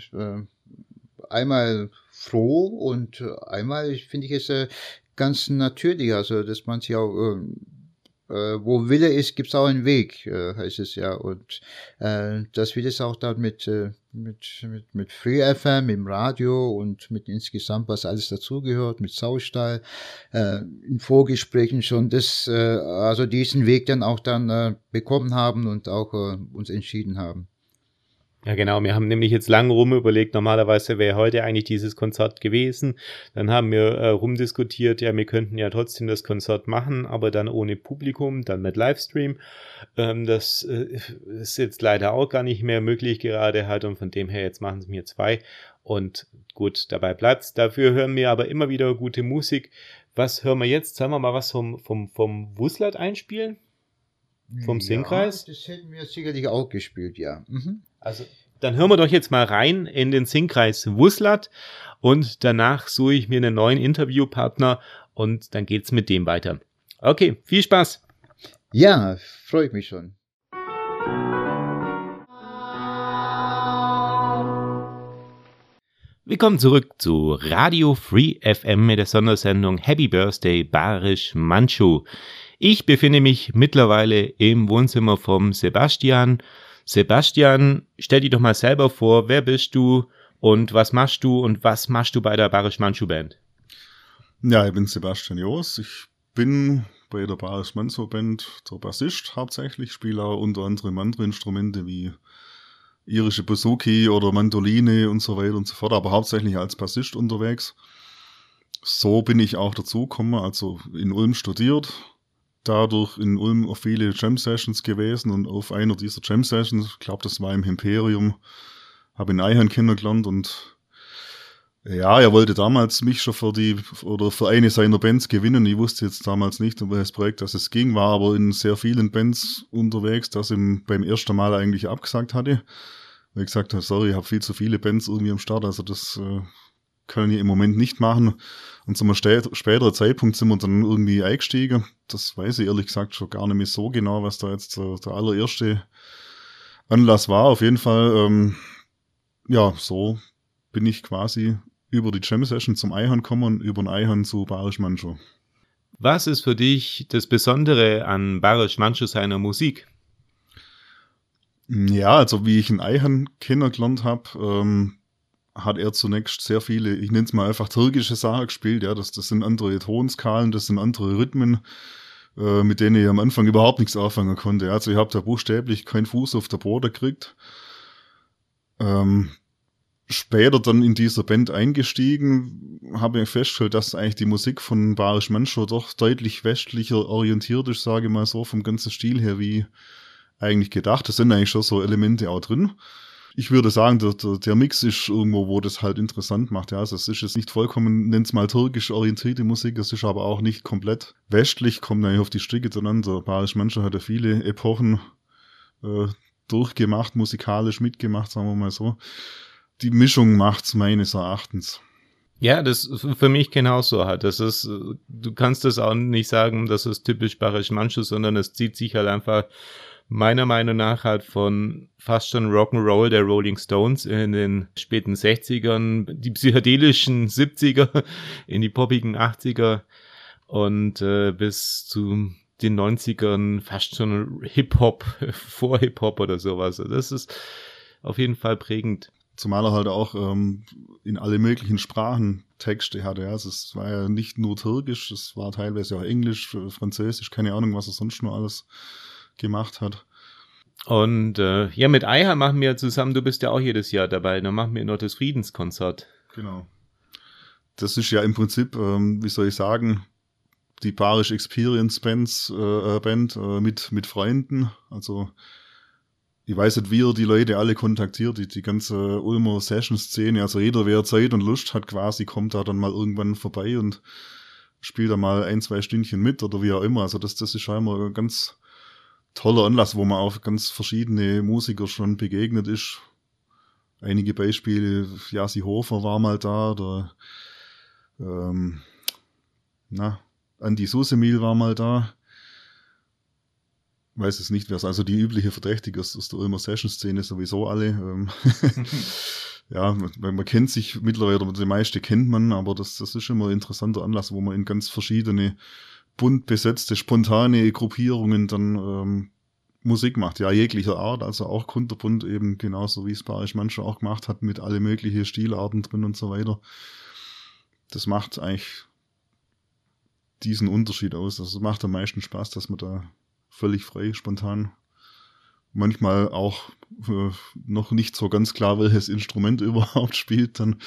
einmal froh und einmal finde ich es ganz natürlich, also dass man sich auch wo Wille ist, gibt's auch einen Weg, heißt es ja. Und dass wir das auch dann mit Free FM, im Radio und mit insgesamt, was alles dazugehört, mit Saustall, in Vorgesprächen schon also diesen Weg dann auch bekommen haben und auch uns entschieden haben. Ja genau, wir haben nämlich jetzt lange überlegt, normalerweise wäre heute eigentlich dieses Konzert gewesen. Dann haben wir rumdiskutiert, ja, wir könnten ja trotzdem das Konzert machen, aber dann ohne Publikum, dann mit Livestream. Das ist jetzt leider auch gar nicht mehr möglich gerade halt, und von dem her jetzt machen wir 2. Und gut, dabei bleibt's. Dafür hören wir aber immer wieder gute Musik. Was hören wir jetzt? Sollen wir mal was vom Wuslat einspielen? Vom Singkreis? Ja, das hätten wir sicherlich auch gespielt, ja. Mhm. Also, dann hören wir doch jetzt mal rein in den Singkreis Wuslat und danach suche ich mir einen neuen Interviewpartner und dann geht's mit dem weiter. Okay, viel Spaß. Ja, freue ich mich schon. Willkommen zurück zu Radio Free FM mit der Sondersendung Happy Birthday Barish Manjoo. Ich befinde mich mittlerweile im Wohnzimmer vom Sebastian. Sebastian, stell dich doch mal selber vor, wer bist du und was machst du bei der Barish Manjoo Band? Ja, ich bin Sebastian Joos. Ich bin bei der Barish Manjoo Band der Bassist hauptsächlich, spiele auch unter anderem andere Instrumente wie irische Bouzouki oder Mandoline und so weiter und so fort, aber hauptsächlich als Bassist unterwegs. So bin ich auch dazugekommen, also in Ulm studiert, dadurch in Ulm auf viele Jam-Sessions gewesen und auf einer dieser Jam-Sessions, ich glaube, das war im Imperium, habe ihn Eihan kennengelernt und ja, er wollte damals mich schon für eine seiner Bands gewinnen. Ich wusste jetzt damals nicht, um welches Projekt das es ging, war aber in sehr vielen Bands unterwegs, das ihm beim ersten Mal eigentlich abgesagt hatte. Weil ich gesagt habe, sorry, ich habe viel zu viele Bands irgendwie am Start, also das kann ich im Moment nicht machen. Und zu einem späteren Zeitpunkt sind wir dann irgendwie eingestiegen. Das weiß ich ehrlich gesagt schon gar nicht mehr so genau, was da jetzt der allererste Anlass war. Auf jeden Fall, ja, so bin ich quasi über die Jam Session zum Eihan gekommen und über den Eihan zu Barisch Mancho. Was ist für dich das Besondere an Barisch Mancho seiner Musik? Ja, also wie ich einen Eihan kennengelernt habe, hat er zunächst sehr viele, ich nenne es mal einfach türkische Sachen gespielt. Ja, das sind andere Tonskalen, das sind andere Rhythmen, mit denen ich am Anfang überhaupt nichts anfangen konnte. Also ich habe da buchstäblich keinen Fuß auf der Boden gekriegt. Später dann in dieser Band eingestiegen, habe ich festgestellt, dass eigentlich die Musik von Barisch Mancho doch deutlich westlicher orientiert ist, sage ich mal so, vom ganzen Stil her, wie eigentlich gedacht. Das sind eigentlich schon so Elemente auch drin. Ich würde sagen, der Mix ist irgendwo, wo das halt interessant macht. Ja, also es ist jetzt nicht vollkommen, nenn's mal türkisch orientierte Musik, es ist aber auch nicht komplett westlich, kommt eigentlich auf die Stücke zueinander. Barisch Mancho hat ja viele Epochen durchgemacht, musikalisch mitgemacht, sagen wir mal so. Die Mischung macht's meines Erachtens. Ja, das für mich genauso halt. Das ist, du kannst das auch nicht sagen, das ist typisch Barisch Mancho, sondern es zieht sich halt einfach meiner Meinung nach halt von fast schon Rock'n'Roll der Rolling Stones in den späten 60ern, die psychedelischen 70er, in die poppigen 80er und bis zu den 90ern fast schon Hip-Hop, vor Hip-Hop oder sowas. Das ist auf jeden Fall prägend. Zumal er halt auch in alle möglichen Sprachen Texte hatte. Ja. Also es war ja nicht nur Türkisch, es war teilweise auch Englisch, Französisch, keine Ahnung, was er sonst noch alles gemacht hat. Und ja, mit Eihan machen wir zusammen, du bist ja auch jedes Jahr dabei, dann machen wir noch das Friedenskonzert. Genau. Das ist ja im Prinzip, wie soll ich sagen, die Barisch Experience Band mit Freunden. Also ich weiß nicht, wie er die Leute alle kontaktiert, die ganze Ulmer Session-Szene. Also jeder, wer Zeit und Lust hat quasi, kommt da dann mal irgendwann vorbei und spielt da mal 1-2 Stündchen mit oder wie auch immer. Also das ist scheinbar ein ganz toller Anlass, wo man auf ganz verschiedene Musiker schon begegnet ist. Einige Beispiele, Jassi Hofer war mal da, oder Andi Susemil war mal da. Weiß es nicht, wer es, also die übliche Verdächtige aus der Ulmer Session-Szene sowieso alle. Ja, man kennt sich mittlerweile, oder die meisten kennt man, aber das ist immer ein interessanter Anlass, wo man in ganz verschiedene bunt besetzte, spontane Gruppierungen dann Musik macht, ja, jeglicher Art, also auch kunterbunt eben, genauso wie es Barisch Mancho auch gemacht hat, mit alle möglichen Stilarten drin und so weiter. Das macht eigentlich diesen Unterschied aus. Also es macht am meisten Spaß, dass man da völlig frei, spontan, manchmal auch noch nicht so ganz klar, welches Instrument überhaupt spielt, dann.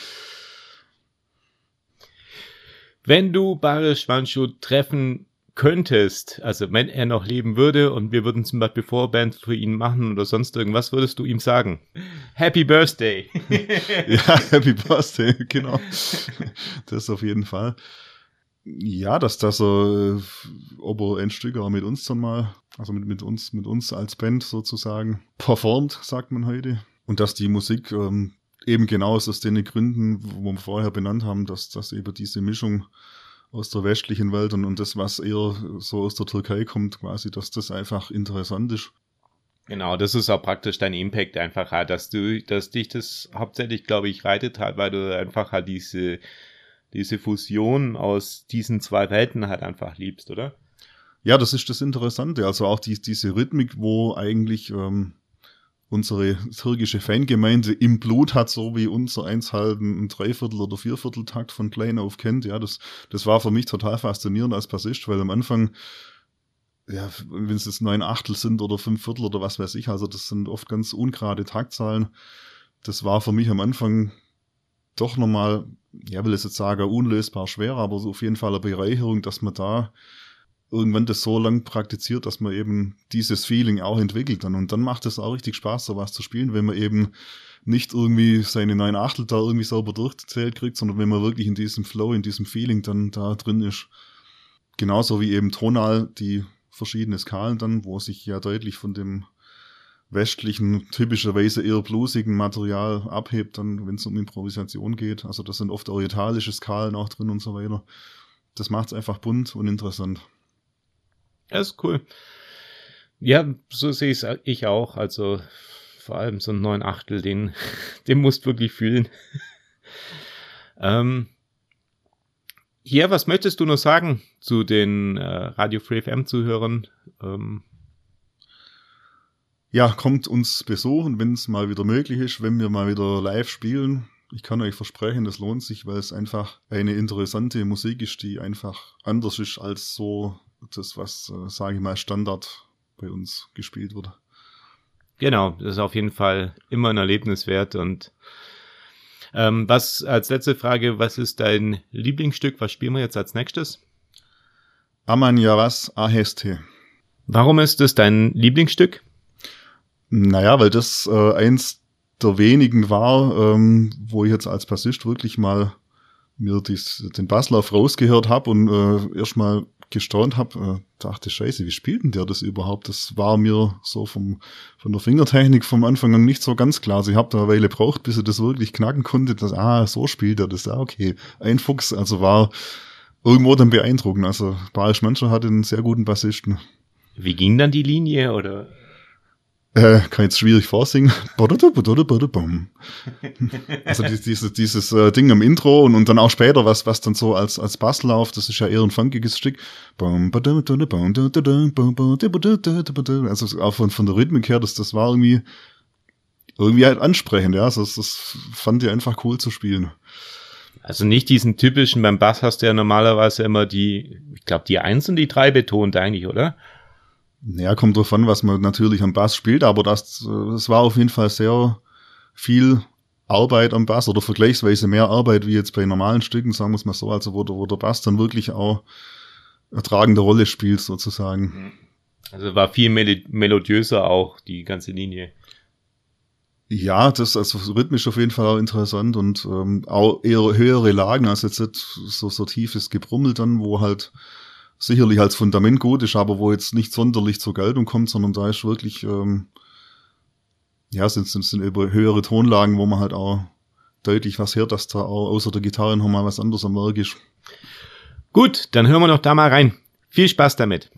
Wenn du Barisch Mancho treffen könntest, also wenn er noch leben würde und wir würden zum Beispiel Vorband für ihn machen oder sonst irgendwas, würdest du ihm sagen? Happy Birthday! Ja, Happy Birthday, genau. Das auf jeden Fall. Ja, dass er, ob er ein Stück auch mit uns dann mal, also mit uns als Band sozusagen performt, sagt man heute. Und dass die Musik eben genau aus den Gründen, wo wir vorher benannt haben, dass eben diese Mischung aus der westlichen Welt und das, was eher so aus der Türkei kommt, quasi, dass das einfach interessant ist. Genau, das ist auch praktisch dein Impact einfach halt, dass dich das hauptsächlich, glaube ich, reitet halt, weil du einfach halt diese Fusion aus diesen zwei Welten halt einfach liebst, oder? Ja, das ist das Interessante. Also auch diese Rhythmik, wo eigentlich unsere türkische Fangemeinde im Blut hat, so wie unser eins halt ein Dreiviertel- oder Viervierteltakt von klein auf kennt. Ja, das war für mich total faszinierend als Bassist, weil am Anfang, ja, wenn es jetzt 9 Achtel sind oder 5 Viertel oder was weiß ich, also das sind oft ganz ungerade Taktzahlen. Das war für mich am Anfang doch nochmal, ja, will ich jetzt sagen, unlösbar schwer, aber so auf jeden Fall eine Bereicherung, dass man da irgendwann das so lang praktiziert, dass man eben dieses Feeling auch entwickelt dann. Und dann macht es auch richtig Spaß, sowas zu spielen, wenn man eben nicht irgendwie seine 9 Achtel da irgendwie sauber durchgezählt kriegt, sondern wenn man wirklich in diesem Flow, in diesem Feeling dann da drin ist. Genauso wie eben tonal die verschiedenen Skalen dann, wo sich ja deutlich von dem westlichen, typischerweise eher bluesigen Material abhebt, dann, wenn es um Improvisation geht. Also das sind oft orientalische Skalen auch drin und so weiter. Das macht es einfach bunt und interessant. Das ist cool. Ja, so sehe ich auch. Also vor allem so ein 9 Achtel, den musst du wirklich fühlen. Hier, was möchtest du noch sagen zu den Radio Free FM Zuhörern? Ja, kommt uns besuchen, wenn es mal wieder möglich ist, wenn wir mal wieder live spielen. Ich kann euch versprechen, das lohnt sich, weil es einfach eine interessante Musik ist, die einfach anders ist als so das, was, sage ich mal, Standard bei uns gespielt wird. Genau, das ist auf jeden Fall immer ein Erlebnis wert. Und was als letzte Frage, was ist dein Lieblingsstück? Was spielen wir jetzt als nächstes? Aman Yaras Aheste. Warum ist das dein Lieblingsstück? Naja, weil das eins der wenigen war, wo ich jetzt als Bassist wirklich mal mir den Basslauf rausgehört habe und erstmal gestaunt habe, dachte, scheiße, wie spielt denn der das überhaupt? Das war mir so von der Fingertechnik vom Anfang an nicht so ganz klar. Also ich habe da eine Weile gebraucht, bis ich das wirklich knacken konnte, dass, so spielt er das, okay. Ein Fuchs, also war irgendwo dann beeindruckend. Also Barisch Mancho hatte einen sehr guten Bassisten. Wie ging dann die Linie, oder? Kann jetzt schwierig vorsingen. Also dieses Ding im Intro und dann auch später, was dann so als Basslauf, das ist ja eher ein funkiges Stück. Also auch von der Rhythmik her, das war irgendwie halt ansprechend, ja. Also das fand ich einfach cool zu spielen. Also nicht diesen typischen, beim Bass hast du ja normalerweise immer ich glaube die 1 und die 3 betont eigentlich, oder? Naja, kommt drauf an, was man natürlich am Bass spielt, aber das war auf jeden Fall sehr viel Arbeit am Bass oder vergleichsweise mehr Arbeit wie jetzt bei normalen Stücken, sagen wir es mal so, also wo der Bass dann wirklich auch eine tragende Rolle spielt sozusagen. Also war viel melodiöser auch, die ganze Linie. Ja, das also rhythmisch auf jeden Fall auch interessant und auch eher höhere Lagen, als jetzt so tiefes Gebrummel dann, wo halt sicherlich als Fundament gut ist, aber wo jetzt nicht sonderlich zur Geltung kommt, sondern da ist wirklich, sind über höhere Tonlagen, wo man halt auch deutlich was hört, dass da auch außer der Gitarre noch mal was anderes am Werk ist. Gut, dann hören wir doch da mal rein. Viel Spaß damit.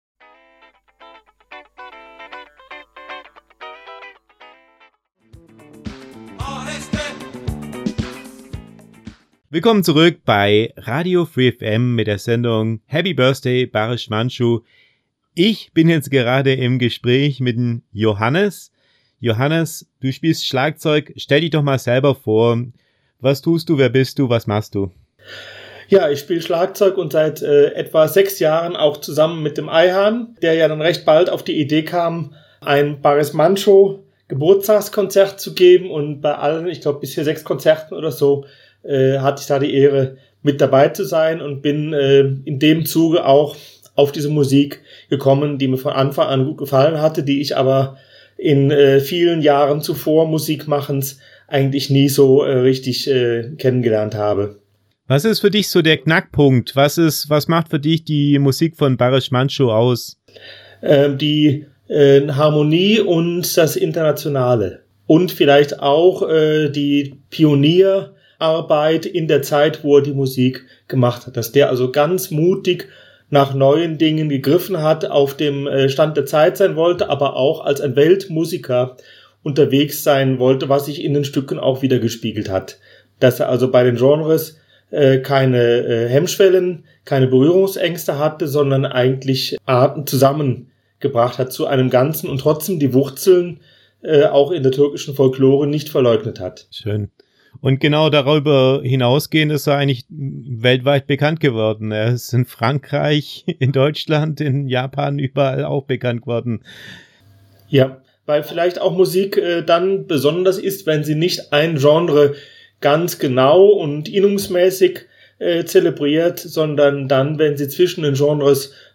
Willkommen zurück bei Radio Free FM mit der Sendung Happy Birthday Barisch Mancho. Ich bin jetzt gerade im Gespräch mit dem Johannes. Johannes, du spielst Schlagzeug. Stell dich doch mal selber vor. Was tust du, wer bist du, was machst du? Ja, ich spiele Schlagzeug und seit etwa 6 Jahren auch zusammen mit dem Eihahn, der ja dann recht bald auf die Idee kam, ein Barisch Mancho Geburtstagskonzert zu geben, und bei allen, ich glaube bisher 6 Konzerten oder so, hatte ich da die Ehre, mit dabei zu sein und bin in dem Zuge auch auf diese Musik gekommen, die mir von Anfang an gut gefallen hatte, die ich aber in vielen Jahren zuvor Musikmachens eigentlich nie so richtig kennengelernt habe. Was ist für dich so der Knackpunkt? Was macht für dich die Musik von Barisch Mancho aus? Die Harmonie und das Internationale. Und vielleicht auch die Pionierarbeit in der Zeit, wo er die Musik gemacht hat. Dass der also ganz mutig nach neuen Dingen gegriffen hat, auf dem Stand der Zeit sein wollte, aber auch als ein Weltmusiker unterwegs sein wollte, was sich in den Stücken auch wieder gespiegelt hat. Dass er also bei den Genres keine Hemmschwellen, keine Berührungsängste hatte, sondern eigentlich Arten zusammengebracht hat zu einem Ganzen und trotzdem die Wurzeln auch in der türkischen Folklore nicht verleugnet hat. Schön. Und genau darüber hinausgehend ist er eigentlich weltweit bekannt geworden. Er ist in Frankreich, in Deutschland, in Japan überall auch bekannt geworden. Ja, weil vielleicht auch Musik dann besonders ist, wenn sie nicht ein Genre ganz genau und innungsmäßig zelebriert, sondern dann, wenn sie zwischen den Genres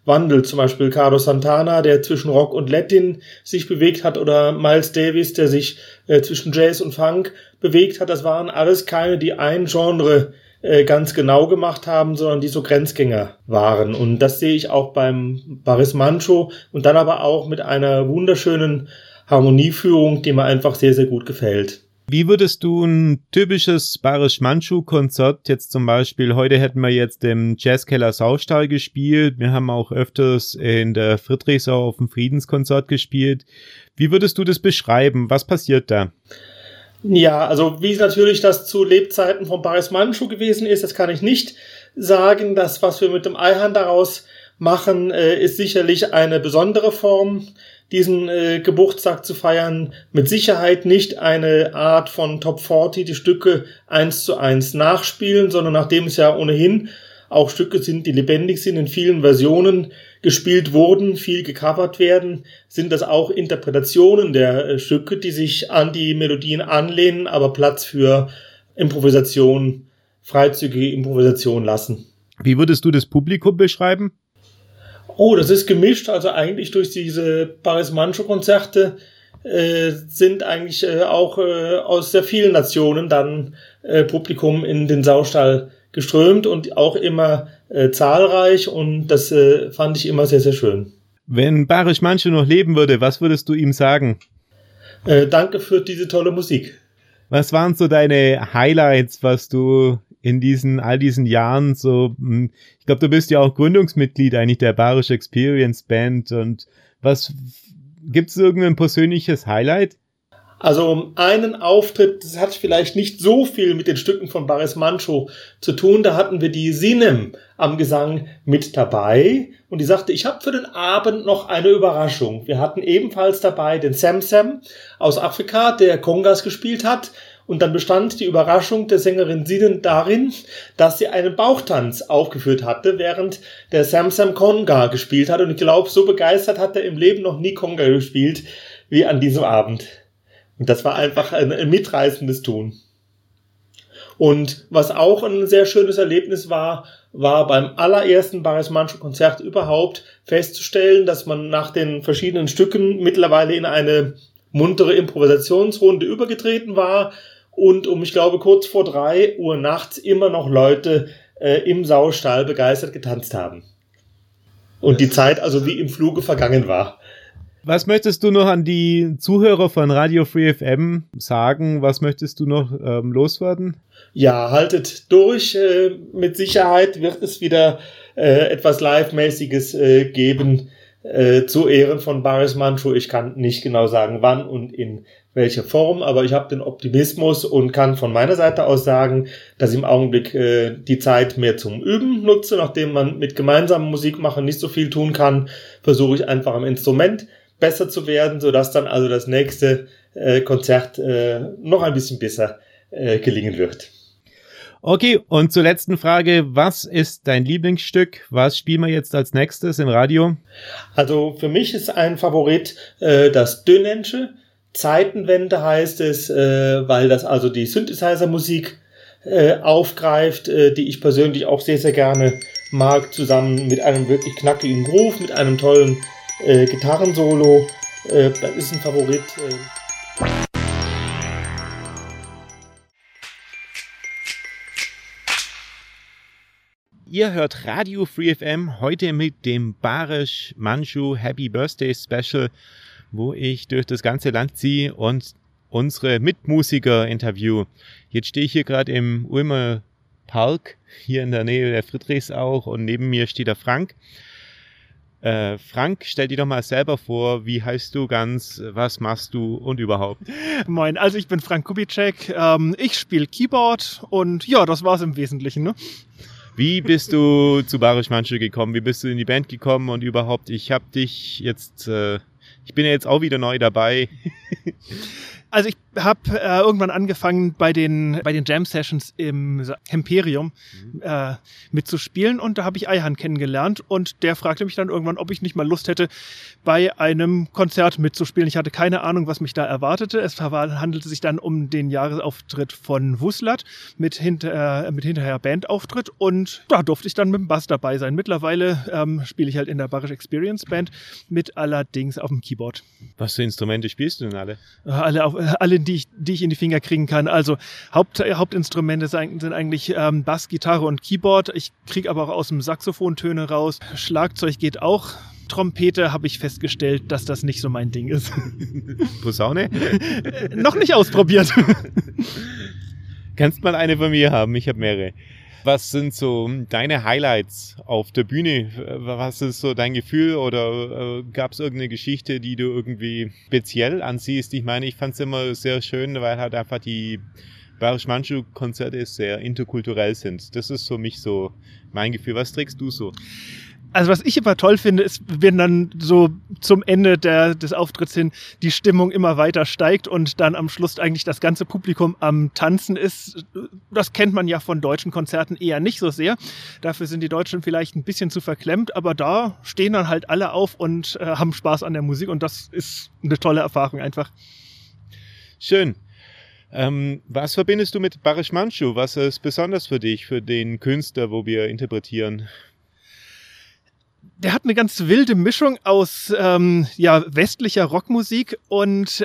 Wandel. Zum Beispiel Carlos Santana, der zwischen Rock und Latin sich bewegt hat, oder Miles Davis, der sich zwischen Jazz und Funk bewegt hat. Das waren alles keine, die ein Genre ganz genau gemacht haben, sondern die so Grenzgänger waren. Und das sehe ich auch beim Baris Mancho und dann aber auch mit einer wunderschönen Harmonieführung, die mir einfach sehr, sehr gut gefällt. Wie würdest du ein typisches Baris Manchu-Konzert, jetzt zum Beispiel, heute hätten wir jetzt im Jazzkeller Saustall gespielt, wir haben auch öfters in der Friedrichsau auf dem Friedenskonzert gespielt. Wie würdest du das beschreiben? Was passiert da? Ja, also wie natürlich das zu Lebzeiten von Baris Manchu gewesen ist, das kann ich nicht sagen. Das, was wir mit dem Eihan daraus machen, ist sicherlich eine besondere Form, diesen Geburtstag zu feiern. Mit Sicherheit nicht eine Art von Top 40, die Stücke 1:1 nachspielen, sondern nachdem es ja ohnehin auch Stücke sind, die lebendig sind, in vielen Versionen gespielt wurden, viel gecovert werden, sind das auch Interpretationen der Stücke, die sich an die Melodien anlehnen, aber Platz für Improvisation, freizügige Improvisation lassen. Wie würdest du das Publikum beschreiben? Oh, das ist gemischt, also eigentlich durch diese Baris Mancho-Konzerte sind eigentlich auch aus sehr vielen Nationen dann Publikum in den Saustall geströmt und auch immer zahlreich, und das fand ich immer sehr, sehr schön. Wenn Baris Mancho noch leben würde, was würdest du ihm sagen? Danke für diese tolle Musik. Was waren so deine Highlights, was du in all diesen Jahren so, ich glaube, du bist ja auch Gründungsmitglied eigentlich der Baris Experience Band, und gibt's irgendein persönliches Highlight? Also einen Auftritt, das hat vielleicht nicht so viel mit den Stücken von Baris Mancho zu tun. Da hatten wir die Sinem am Gesang mit dabei und die sagte, ich habe für den Abend noch eine Überraschung. Wir hatten ebenfalls dabei den Sam Sam aus Afrika, der Congas gespielt hat. Und dann bestand die Überraschung der Sängerin Sinem darin, dass sie einen Bauchtanz aufgeführt hatte, während der Sam Sam Conga gespielt hat. Und ich glaube, so begeistert hat er im Leben noch nie Conga gespielt wie an diesem Abend. Und das war einfach ein mitreißendes Tun. Und was auch ein sehr schönes Erlebnis war beim allerersten Baris Mancho Konzert überhaupt festzustellen, dass man nach den verschiedenen Stücken mittlerweile in eine muntere Improvisationsrunde übergetreten war und ich glaube, kurz vor 3 Uhr nachts immer noch Leute im Saustall begeistert getanzt haben. Und die Zeit also wie im Fluge vergangen war. Was möchtest du noch an die Zuhörer von Radio Free FM sagen? Was möchtest du noch loswerden? Ja, haltet durch. Mit Sicherheit wird es wieder etwas Live-mäßiges geben zu Ehren von Baris Mancho. Ich kann nicht genau sagen, wann und in welcher Form, aber ich habe den Optimismus und kann von meiner Seite aus sagen, dass ich im Augenblick die Zeit mehr zum Üben nutze. Nachdem man mit gemeinsamem Musikmachen nicht so viel tun kann, versuche ich einfach am Instrument besser zu werden, sodass dann also das nächste Konzert noch ein bisschen besser gelingen wird. Okay, und zur letzten Frage, was ist dein Lieblingsstück? Was spielen wir jetzt als nächstes im Radio? Also für mich ist ein Favorit das Dönensche. Zeitenwende heißt es, weil das also die Synthesizer-Musik aufgreift, die ich persönlich auch sehr, sehr gerne mag, zusammen mit einem wirklich knackigen Groove, mit einem tollen Gitarrensolo. Das ist ein Favorit. Ihr hört Radio Free FM heute mit dem Baris Mancho Happy Birthday Special, wo ich durch das ganze Land ziehe und unsere Mitmusiker interview. Jetzt stehe ich hier gerade im Ulmer Park, hier in der Nähe der Friedrichsau, und neben mir steht der Frank. Frank, stell dir doch mal selber vor, wie heißt du ganz, was machst du und überhaupt? Moin, also ich bin Frank Kubitschek, ich spiele Keyboard und ja, das war's im Wesentlichen, ne? Wie bist du zu Baris Mancho gekommen? Wie bist du in die Band gekommen und überhaupt? Ich habe dich jetzt, ich bin ja jetzt auch wieder neu dabei. Also ich habe irgendwann angefangen bei den Jam-Sessions im Imperium mitzuspielen und da habe ich Ayhan kennengelernt und der fragte mich dann irgendwann, ob ich nicht mal Lust hätte, bei einem Konzert mitzuspielen. Ich hatte keine Ahnung, was mich da erwartete. Es handelte sich dann um den Jahresauftritt von Wuslat mit hinterher Bandauftritt und da durfte ich dann mit dem Bass dabei sein. Mittlerweile spiele ich halt in der Barisch Experience Band mit allerdings auf dem Keyboard. Was für Instrumente spielst du denn alle? Alle, die ich in die Finger kriegen kann. Also Hauptinstrumente sind eigentlich Bass, Gitarre und Keyboard. Ich kriege aber auch aus dem Saxophon Töne raus. Schlagzeug geht auch. Trompete habe ich festgestellt, dass das nicht so mein Ding ist. Posaune? Noch nicht ausprobiert. Kannst mal eine von mir haben, ich habe mehrere. Was sind so deine Highlights auf der Bühne? Was ist so dein Gefühl oder gab es irgendeine Geschichte, die du irgendwie speziell ansiehst? Ich meine, ich fand es immer sehr schön, weil halt einfach die Barisch Mandschu-Konzerte sehr interkulturell sind. Das ist für mich so mein Gefühl. Was trägst du so? Also was ich immer toll finde, ist, wenn dann so zum Ende des Auftritts hin die Stimmung immer weiter steigt und dann am Schluss eigentlich das ganze Publikum am Tanzen ist. Das kennt man ja von deutschen Konzerten eher nicht so sehr. Dafür sind die Deutschen vielleicht ein bisschen zu verklemmt, aber da stehen dann halt alle auf und haben Spaß an der Musik und das ist eine tolle Erfahrung einfach. Schön. Was verbindest du mit Barisch Mandschu? Was ist besonders für dich, für den Künstler, wo wir interpretieren? Der hat eine ganz wilde Mischung aus westlicher Rockmusik und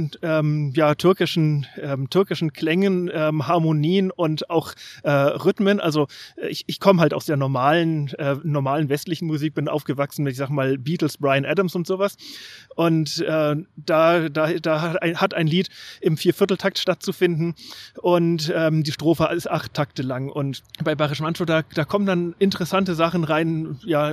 türkischen Klängen, Harmonien und auch Rhythmen. Also ich komme halt aus der normalen westlichen Musik, bin aufgewachsen mit, ich sag mal, Beatles, Bryan Adams und sowas. Und da hat ein Lied im 4/4-Takt stattzufinden und die Strophe ist 8 Takte lang. Und bei Barisch Mandschu, da kommen dann interessante Sachen rein,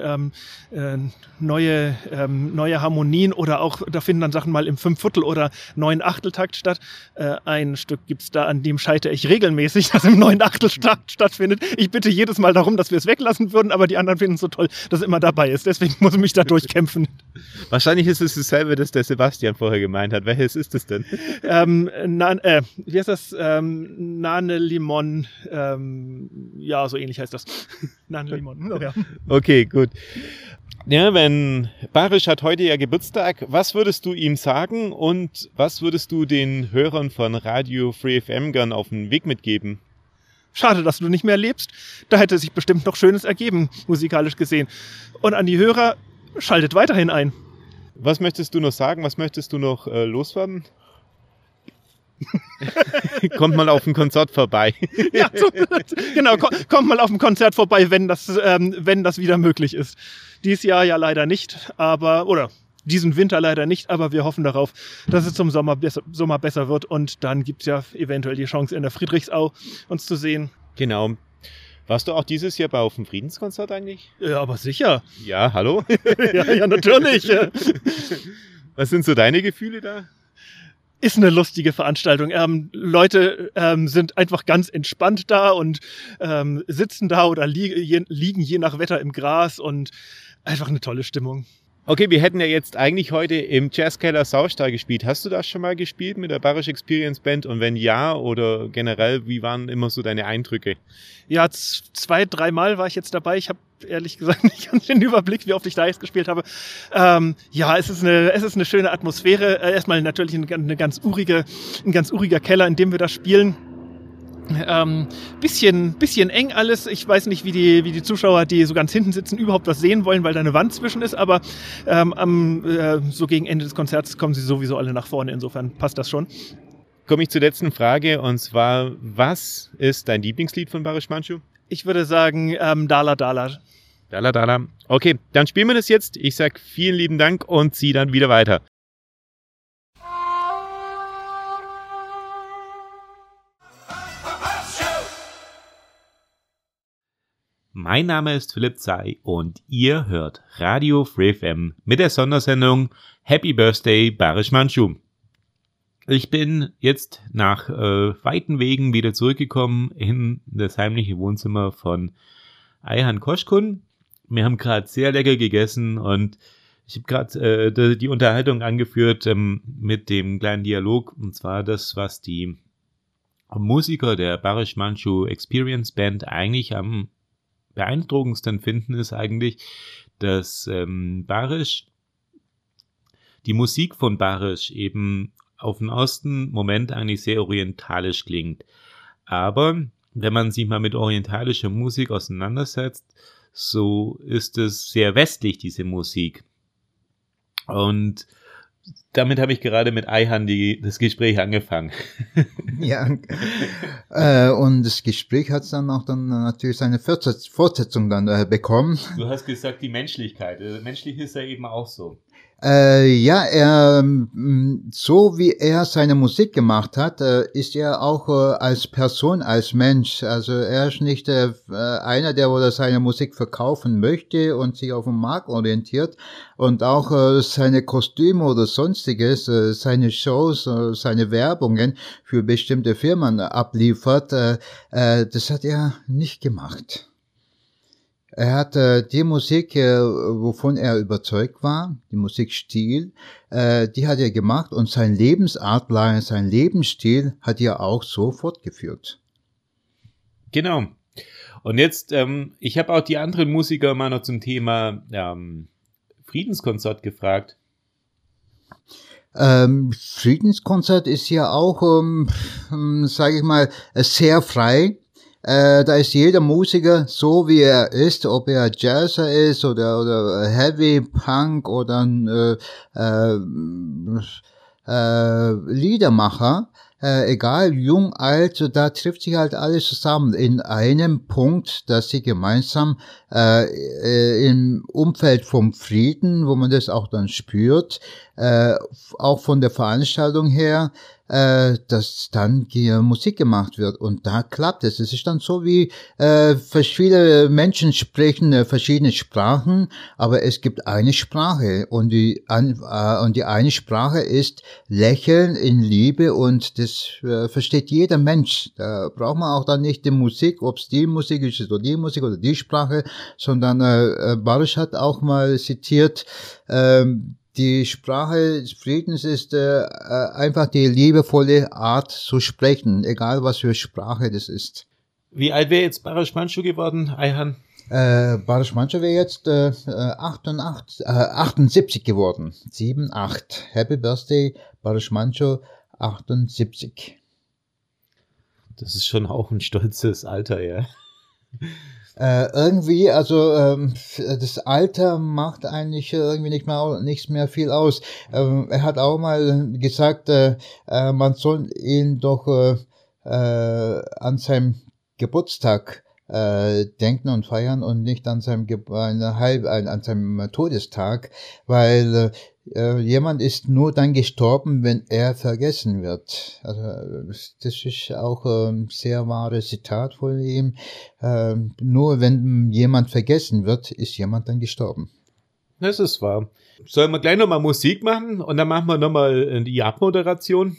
neue Harmonien oder auch, da finden dann Sachen mal im 5/4 oder 9/8-Takt statt. Ein Stück gibt's da, an dem scheitere ich regelmäßig, das im 9/8-Takt stattfindet. Ich bitte jedes Mal darum, dass wir es weglassen würden, aber die anderen finden es so toll, dass es immer dabei ist. Deswegen muss ich mich da durchkämpfen. Wahrscheinlich ist es dasselbe, das der Sebastian vorher gemeint hat. Welches ist es denn? Wie heißt das? Nane Limon. Ja, so ähnlich heißt das. Nane Limon. Oh, ja. Okay, gut. Ja, Barisch hat heute ja Geburtstag. Was würdest du ihm sagen und was würdest du den Hörern von Radio Free FM gern auf den Weg mitgeben? Schade, dass du nicht mehr lebst. Da hätte sich bestimmt noch Schönes ergeben, musikalisch gesehen. Und an die Hörer, schaltet weiterhin ein. Was möchtest du noch sagen? Was möchtest du noch loswerden? Kommt mal auf ein Konzert vorbei. Ja, genau, kommt mal auf ein Konzert vorbei, wenn das wieder möglich ist. Dieses Jahr ja leider nicht, oder diesen Winter leider nicht, aber wir hoffen darauf, dass es zum Sommer besser wird und dann gibt es ja eventuell die Chance, in der Friedrichsau uns zu sehen. Genau. Warst du auch dieses Jahr auf dem Friedenskonzert eigentlich? Ja, aber sicher. Ja, hallo? ja, natürlich. Was sind so deine Gefühle da? Ist eine lustige Veranstaltung. Leute sind einfach ganz entspannt da und sitzen da oder liegen je nach Wetter im Gras und einfach eine tolle Stimmung. Okay, wir hätten ja jetzt eigentlich heute im Jazzkeller Saustall gespielt. Hast du das schon mal gespielt mit der Barisch Experience Band? Und wenn ja, oder generell, wie waren immer so deine Eindrücke? Ja, 2-3 Mal war ich jetzt dabei. Ich habe ehrlich gesagt nicht ganz den Überblick, wie oft ich da jetzt gespielt habe. Es ist eine schöne Atmosphäre. Erstmal natürlich ein ganz uriger Keller, in dem wir da spielen. Bisschen eng alles. Ich weiß nicht, wie die Zuschauer, die so ganz hinten sitzen, überhaupt was sehen wollen, weil da eine Wand zwischen ist, aber so gegen Ende des Konzerts kommen sie sowieso alle nach vorne. Insofern passt das schon. Komme ich zur letzten Frage, und zwar, was ist dein Lieblingslied von Barisch Mandschu? Ich würde sagen, Dala Dala. Dala Dala. Okay, dann spielen wir das jetzt. Ich sag vielen lieben Dank und zieh dann wieder weiter. Mein Name ist Philipp Zey und ihr hört Radio Free FM mit der Sondersendung Happy Birthday Barisch Mandschu. Ich bin jetzt nach weiten Wegen wieder zurückgekommen in das heimliche Wohnzimmer von Ayhan Koşkun. Wir haben gerade sehr lecker gegessen und Ich habe gerade die Unterhaltung angeführt mit dem kleinen Dialog, und zwar das, was die Musiker der Barish Manchu Experience Band eigentlich am beeindruckendsten finden, ist eigentlich, dass Barish, die Musik von Barish eben auf den ersten Moment eigentlich sehr orientalisch klingt. Aber wenn man sich mal mit orientalischer Musik auseinandersetzt, so ist es sehr westlich, diese Musik. Und damit habe ich gerade mit Ayhan das Gespräch angefangen. Ja, und das Gespräch hat dann auch natürlich seine Fortsetzung dann bekommen. Du hast gesagt, die Menschlichkeit. Menschlich ist er eben auch so. Ja, so wie er seine Musik gemacht hat, ist er auch als Person, als Mensch. Also er ist nicht einer, der seine Musik verkaufen möchte und sich auf den Markt orientiert und auch seine Kostüme oder sonstiges, seine Shows, seine Werbungen für bestimmte Firmen abliefert. Das hat er nicht gemacht. Er hat die Musik, wovon er überzeugt war, die Musikstil, die hat er gemacht und sein Lebensartline, sein Lebensstil hat er auch so fortgeführt. Genau. Und jetzt, ich habe auch die anderen Musiker mal noch zum Thema Friedenskonzert gefragt. Friedenskonzert ist ja auch, sage ich mal, sehr frei. Da ist jeder Musiker so, wie er ist, ob er Jazzer ist oder Heavy, Punk oder Liedermacher. Egal, jung, alt, da trifft sich halt alles zusammen in einem Punkt, dass sie gemeinsam im Umfeld vom Frieden, wo man das auch dann spürt, auch von der Veranstaltung her, dass dann hier Musik gemacht wird. Und da klappt es. Es ist dann so wie viele Menschen sprechen verschiedene Sprachen, aber es gibt eine Sprache und die eine Sprache ist Lächeln in Liebe und das versteht jeder Mensch. Da braucht man auch dann nicht die Musik, ob es die Musik ist oder die Sprache, sondern Barish hat auch mal zitiert, die Sprache des Friedens ist einfach die liebevolle Art zu sprechen, egal was für Sprache das ist. Wie alt wäre jetzt Barish Manchu geworden, Ayhan? Barish Manchu wäre jetzt 78 geworden. 7-8. Happy Birthday, Barish Manchu, 78. Das ist schon auch ein stolzes Alter, ja. Irgendwie, also das Alter macht eigentlich irgendwie nichts mehr viel aus. Er hat auch mal gesagt, man soll ihn doch an seinem Geburtstag denken und feiern und nicht an seinem Todestag, weil jemand ist nur dann gestorben, wenn er vergessen wird. Also das ist auch ein sehr wahres Zitat von ihm. Nur wenn jemand vergessen wird, ist jemand dann gestorben. Das ist wahr. Sollen wir gleich nochmal Musik machen und dann machen wir nochmal die Abmoderation?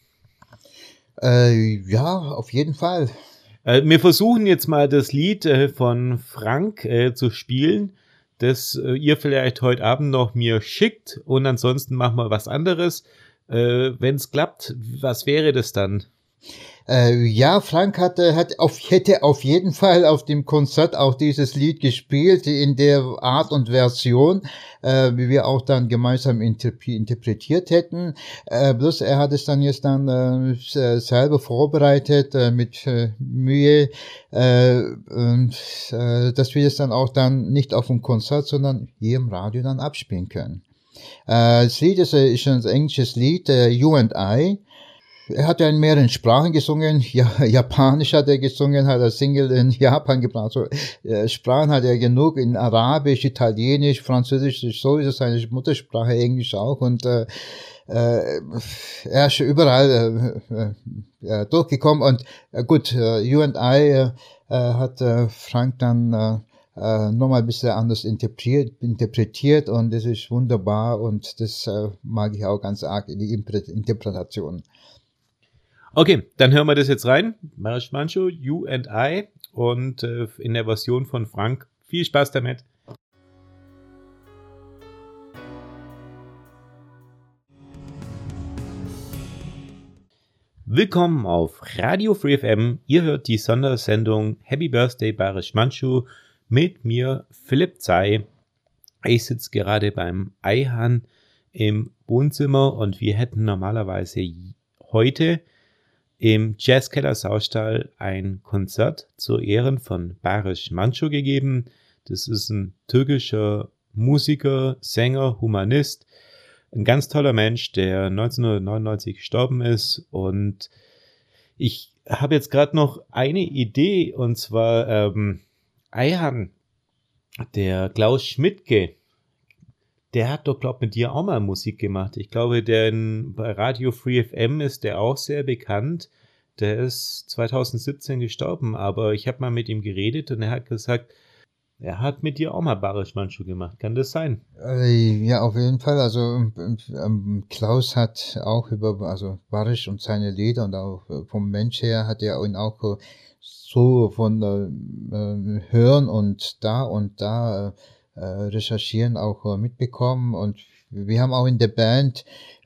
Ja, auf jeden Fall. Wir versuchen jetzt mal das Lied von Frank zu spielen, das ihr vielleicht heute Abend noch mir schickt, und ansonsten machen wir was anderes. Wenn es klappt, was wäre das dann? Ja, Frank hätte auf jeden Fall auf dem Konzert auch dieses Lied gespielt, in der Art und Version, wie wir auch dann gemeinsam interpretiert hätten. Bloß er hat es dann jetzt selber vorbereitet, mit Mühe, dass wir das dann auch dann nicht auf dem Konzert, sondern hier im Radio dann abspielen können. Das Lied ist ein englisches Lied, You and I. Er hat ja in mehreren Sprachen gesungen. Ja, Japanisch hat er gesungen, hat er Single in Japan gebracht. Also, Sprachen hat er genug, in Arabisch, Italienisch, Französisch, sowieso seine Muttersprache, Englisch auch. Und er ist überall durchgekommen. Und gut, You and I hat Frank dann nochmal ein bisschen anders interpretiert, und das ist wunderbar, und das mag ich auch ganz arg, die Interpretation. Okay, dann hören wir das jetzt rein. Barish Manchu, You and I, und in der Version von Frank. Viel Spaß damit. Willkommen auf Radio Free FM. Ihr hört die Sondersendung Happy Birthday Barisch Mandschu mit mir, Philipp Zei. Ich sitze gerade beim Eihan im Wohnzimmer und wir hätten normalerweise heute im Jazzkeller Saustall ein Konzert zu Ehren von Barisch Mandschu gegeben. Das ist ein türkischer Musiker, Sänger, Humanist, ein ganz toller Mensch, der 1999 gestorben ist. Und ich habe jetzt gerade noch eine Idee, und zwar Eihan, der Klaus Schmidtke, der hat doch, glaube ich, mit dir auch mal Musik gemacht. Ich glaube, bei Radio Free FM ist der auch sehr bekannt. Der ist 2017 gestorben, aber ich habe mal mit ihm geredet und er hat gesagt, er hat mit dir auch mal Barisch Mandschu gemacht. Kann das sein? Ja, auf jeden Fall. Also Klaus hat auch über Barisch und seine Lieder und auch vom Mensch her hat er ihn auch so von Hören und da Recherchieren auch mitbekommen. Und wir haben auch in der Band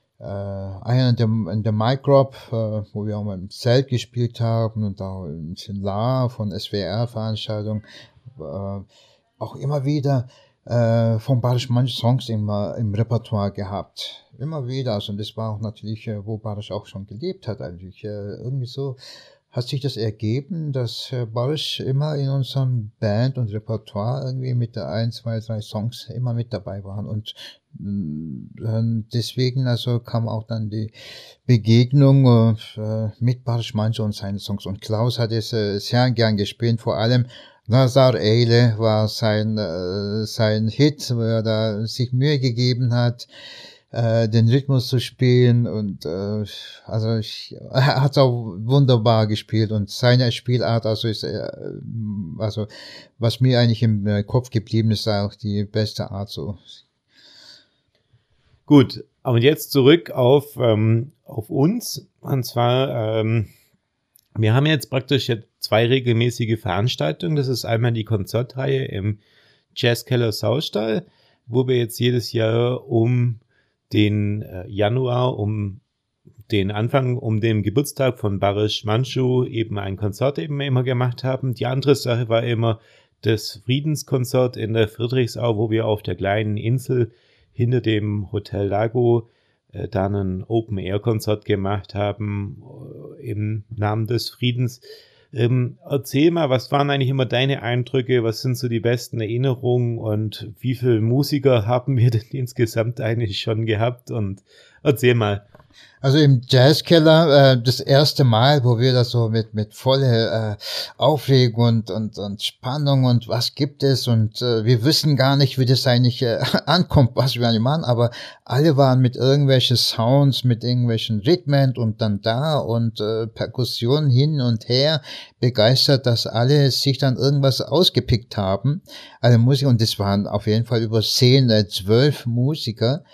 in der Microp, wo wir auch mal im Zelt gespielt haben und auch in La von SWR-Veranstaltungen, auch immer wieder von Barisch Mandschu Songs im Repertoire gehabt. Immer wieder. Also, und das war auch natürlich, wo Barisch auch schon gelebt hat eigentlich. Irgendwie so hat sich das ergeben, dass Barisch immer in unserem Band und Repertoire irgendwie mit der 1, 2, 3 Songs immer mit dabei waren. Und deswegen also kam auch dann die Begegnung mit Barisch Mandschu und seinen Songs. Und Klaus hat es sehr gern gespielt, vor allem Nazar Eyle war sein Hit, wo er da sich Mühe gegeben hat, den Rhythmus zu spielen und er hat auch wunderbar gespielt und seine Spielart ist was mir eigentlich im Kopf geblieben ist, auch die beste Art so. Gut, aber jetzt zurück auf uns, und zwar wir haben jetzt praktisch 2 regelmäßige Veranstaltungen. Das ist einmal die Konzertreihe im Jazzkeller Saustall, wo wir jetzt jedes Jahr um den Januar, um den Geburtstag von Barisch Mandschu eben ein Konzert eben immer gemacht haben. Die andere Sache war immer das Friedenskonzert in der Friedrichsau, wo wir auf der kleinen Insel hinter dem Hotel Lago dann ein Open-Air-Konzert gemacht haben im Namen des Friedens. Erzähl mal, was waren eigentlich immer deine Eindrücke? Was sind so die besten Erinnerungen und wie viele Musiker haben wir denn insgesamt eigentlich schon gehabt? Und erzähl mal. Also im Jazzkeller, das erste Mal, wo wir das so mit voller Aufregung und Spannung und was gibt es und wir wissen gar nicht, wie das eigentlich ankommt, was wir eigentlich machen, aber alle waren mit irgendwelchen Sounds, mit irgendwelchen Rhythmen und dann da und Perkussionen hin und her begeistert, dass alle sich dann irgendwas ausgepickt haben, alle Musiker, und das waren auf jeden Fall über 10, 12 Musiker,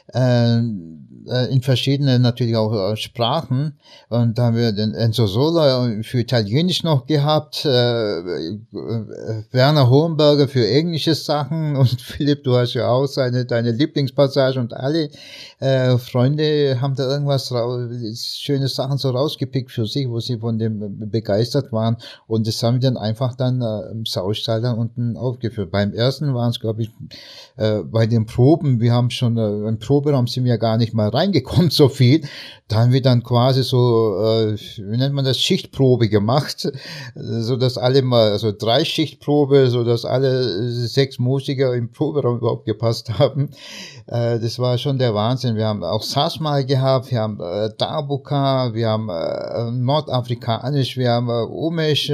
in verschiedenen natürlich auch Sprachen, und da haben wir den Enzo Sola für Italienisch noch gehabt, Werner Hohenberger für englische Sachen, und Philipp, du hast ja auch deine Lieblingspassage, und alle Freunde haben da irgendwas schöne Sachen so rausgepickt für sich, wo sie von dem begeistert waren, und das haben wir dann einfach dann im Saustall dann unten aufgeführt. Beim ersten waren es, glaube ich, bei den Proben, wir haben schon im Proberaum sind wir gar nicht mal reingekommen, so viel. Da haben wir dann quasi so, wie nennt man das, Schichtprobe gemacht, so dass alle mal, also 3 Schichtprobe, so dass alle 6 Musiker im Proberaum überhaupt gepasst haben. Das war schon der Wahnsinn. Wir haben auch Sasmal gehabt, wir haben Darbuka, wir haben Nordafrikanisch, wir haben Omesch,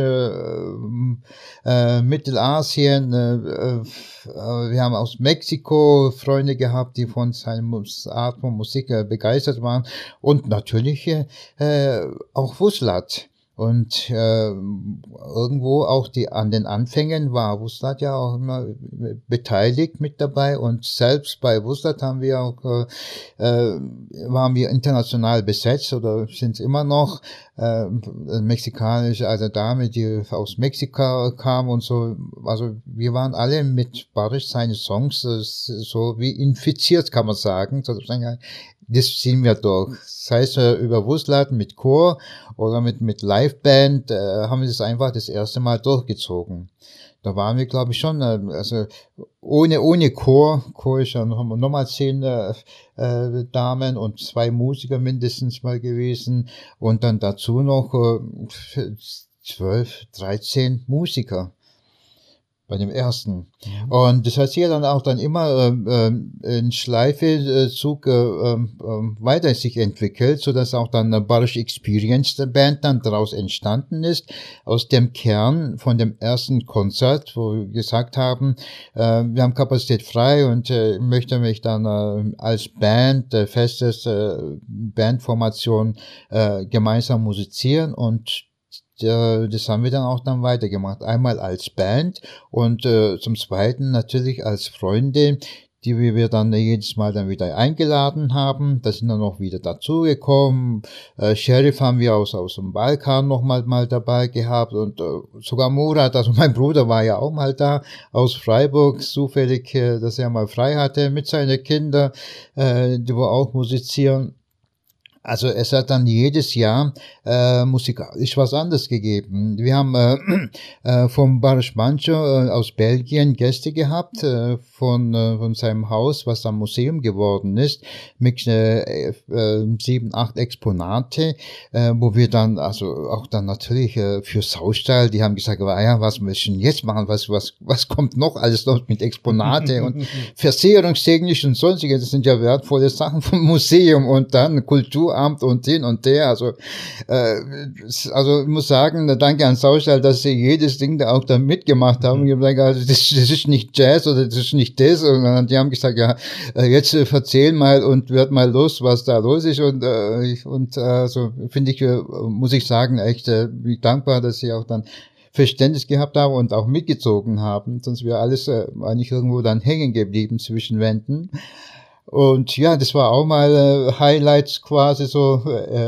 Mittelasien, wir haben aus Mexiko Freunde gehabt, die von seiner Art von Musik begeistert waren, und natürlich auch Wuslat. Und irgendwo auch an den Anfängen war Wuslat ja auch immer beteiligt mit dabei, und selbst bei Wuslat haben wir auch waren wir international besetzt oder sind es immer noch, mexikanische alte Dame, die aus Mexiko kam und so. Also wir waren alle mit Barisch seine Songs so wie infiziert, kann man sagen, sozusagen das ziehen wir durch. Das heißt, über Wusladen mit Chor oder mit Liveband haben wir das einfach das erste Mal durchgezogen. Da waren wir, glaube ich, schon, also ohne Chor ist ja nochmal 10 Damen und 2 Musiker mindestens mal gewesen und dann dazu noch 12, 13 Musiker bei dem ersten. Und das hat sich ja dann auch immer in Schleifezug weiter sich entwickelt, so dass auch dann eine Barisch Experience Band dann daraus entstanden ist, aus dem Kern von dem ersten Konzert, wo wir gesagt haben, wir haben Kapazität frei und möchte mich dann als Band, festes Bandformation gemeinsam musizieren und das haben wir dann auch weitergemacht. Einmal als Band und zum Zweiten natürlich als Freunde, die wir dann jedes Mal dann wieder eingeladen haben. Da sind dann noch wieder dazugekommen. Sheriff haben wir aus dem Balkan noch mal dabei gehabt und sogar Murat, also mein Bruder war ja auch mal da aus Freiburg, zufällig, dass er mal frei hatte mit seinen Kindern, die wo auch musizieren. Also es hat dann jedes Jahr musikalisch was anderes gegeben. Wir haben vom Barisch Mancho aus Belgien Gäste gehabt von seinem Haus, was dann Museum geworden ist, mit 7, 8 Exponate, wo wir dann also auch dann natürlich für Saustall, die haben gesagt, ja, was müssen wir jetzt machen, was kommt noch alles noch mit Exponate und versicherungstechnisch und sonstige, das sind ja wertvolle Sachen vom Museum und dann Kulturamt und hin und der, also ich muss sagen, danke an Saustall, dass sie jedes Ding da auch dann mitgemacht haben. Ich habe gesagt, also das ist nicht Jazz oder das ist nicht das, und dann die haben gesagt, ja, jetzt erzähl mal und wird mal los, was da los ist und so finde ich, muss ich sagen, echt dankbar, dass sie auch dann Verständnis gehabt haben und auch mitgezogen haben, sonst wäre alles eigentlich irgendwo dann hängen geblieben zwischen Wänden. Und ja, das war auch mal Highlights quasi so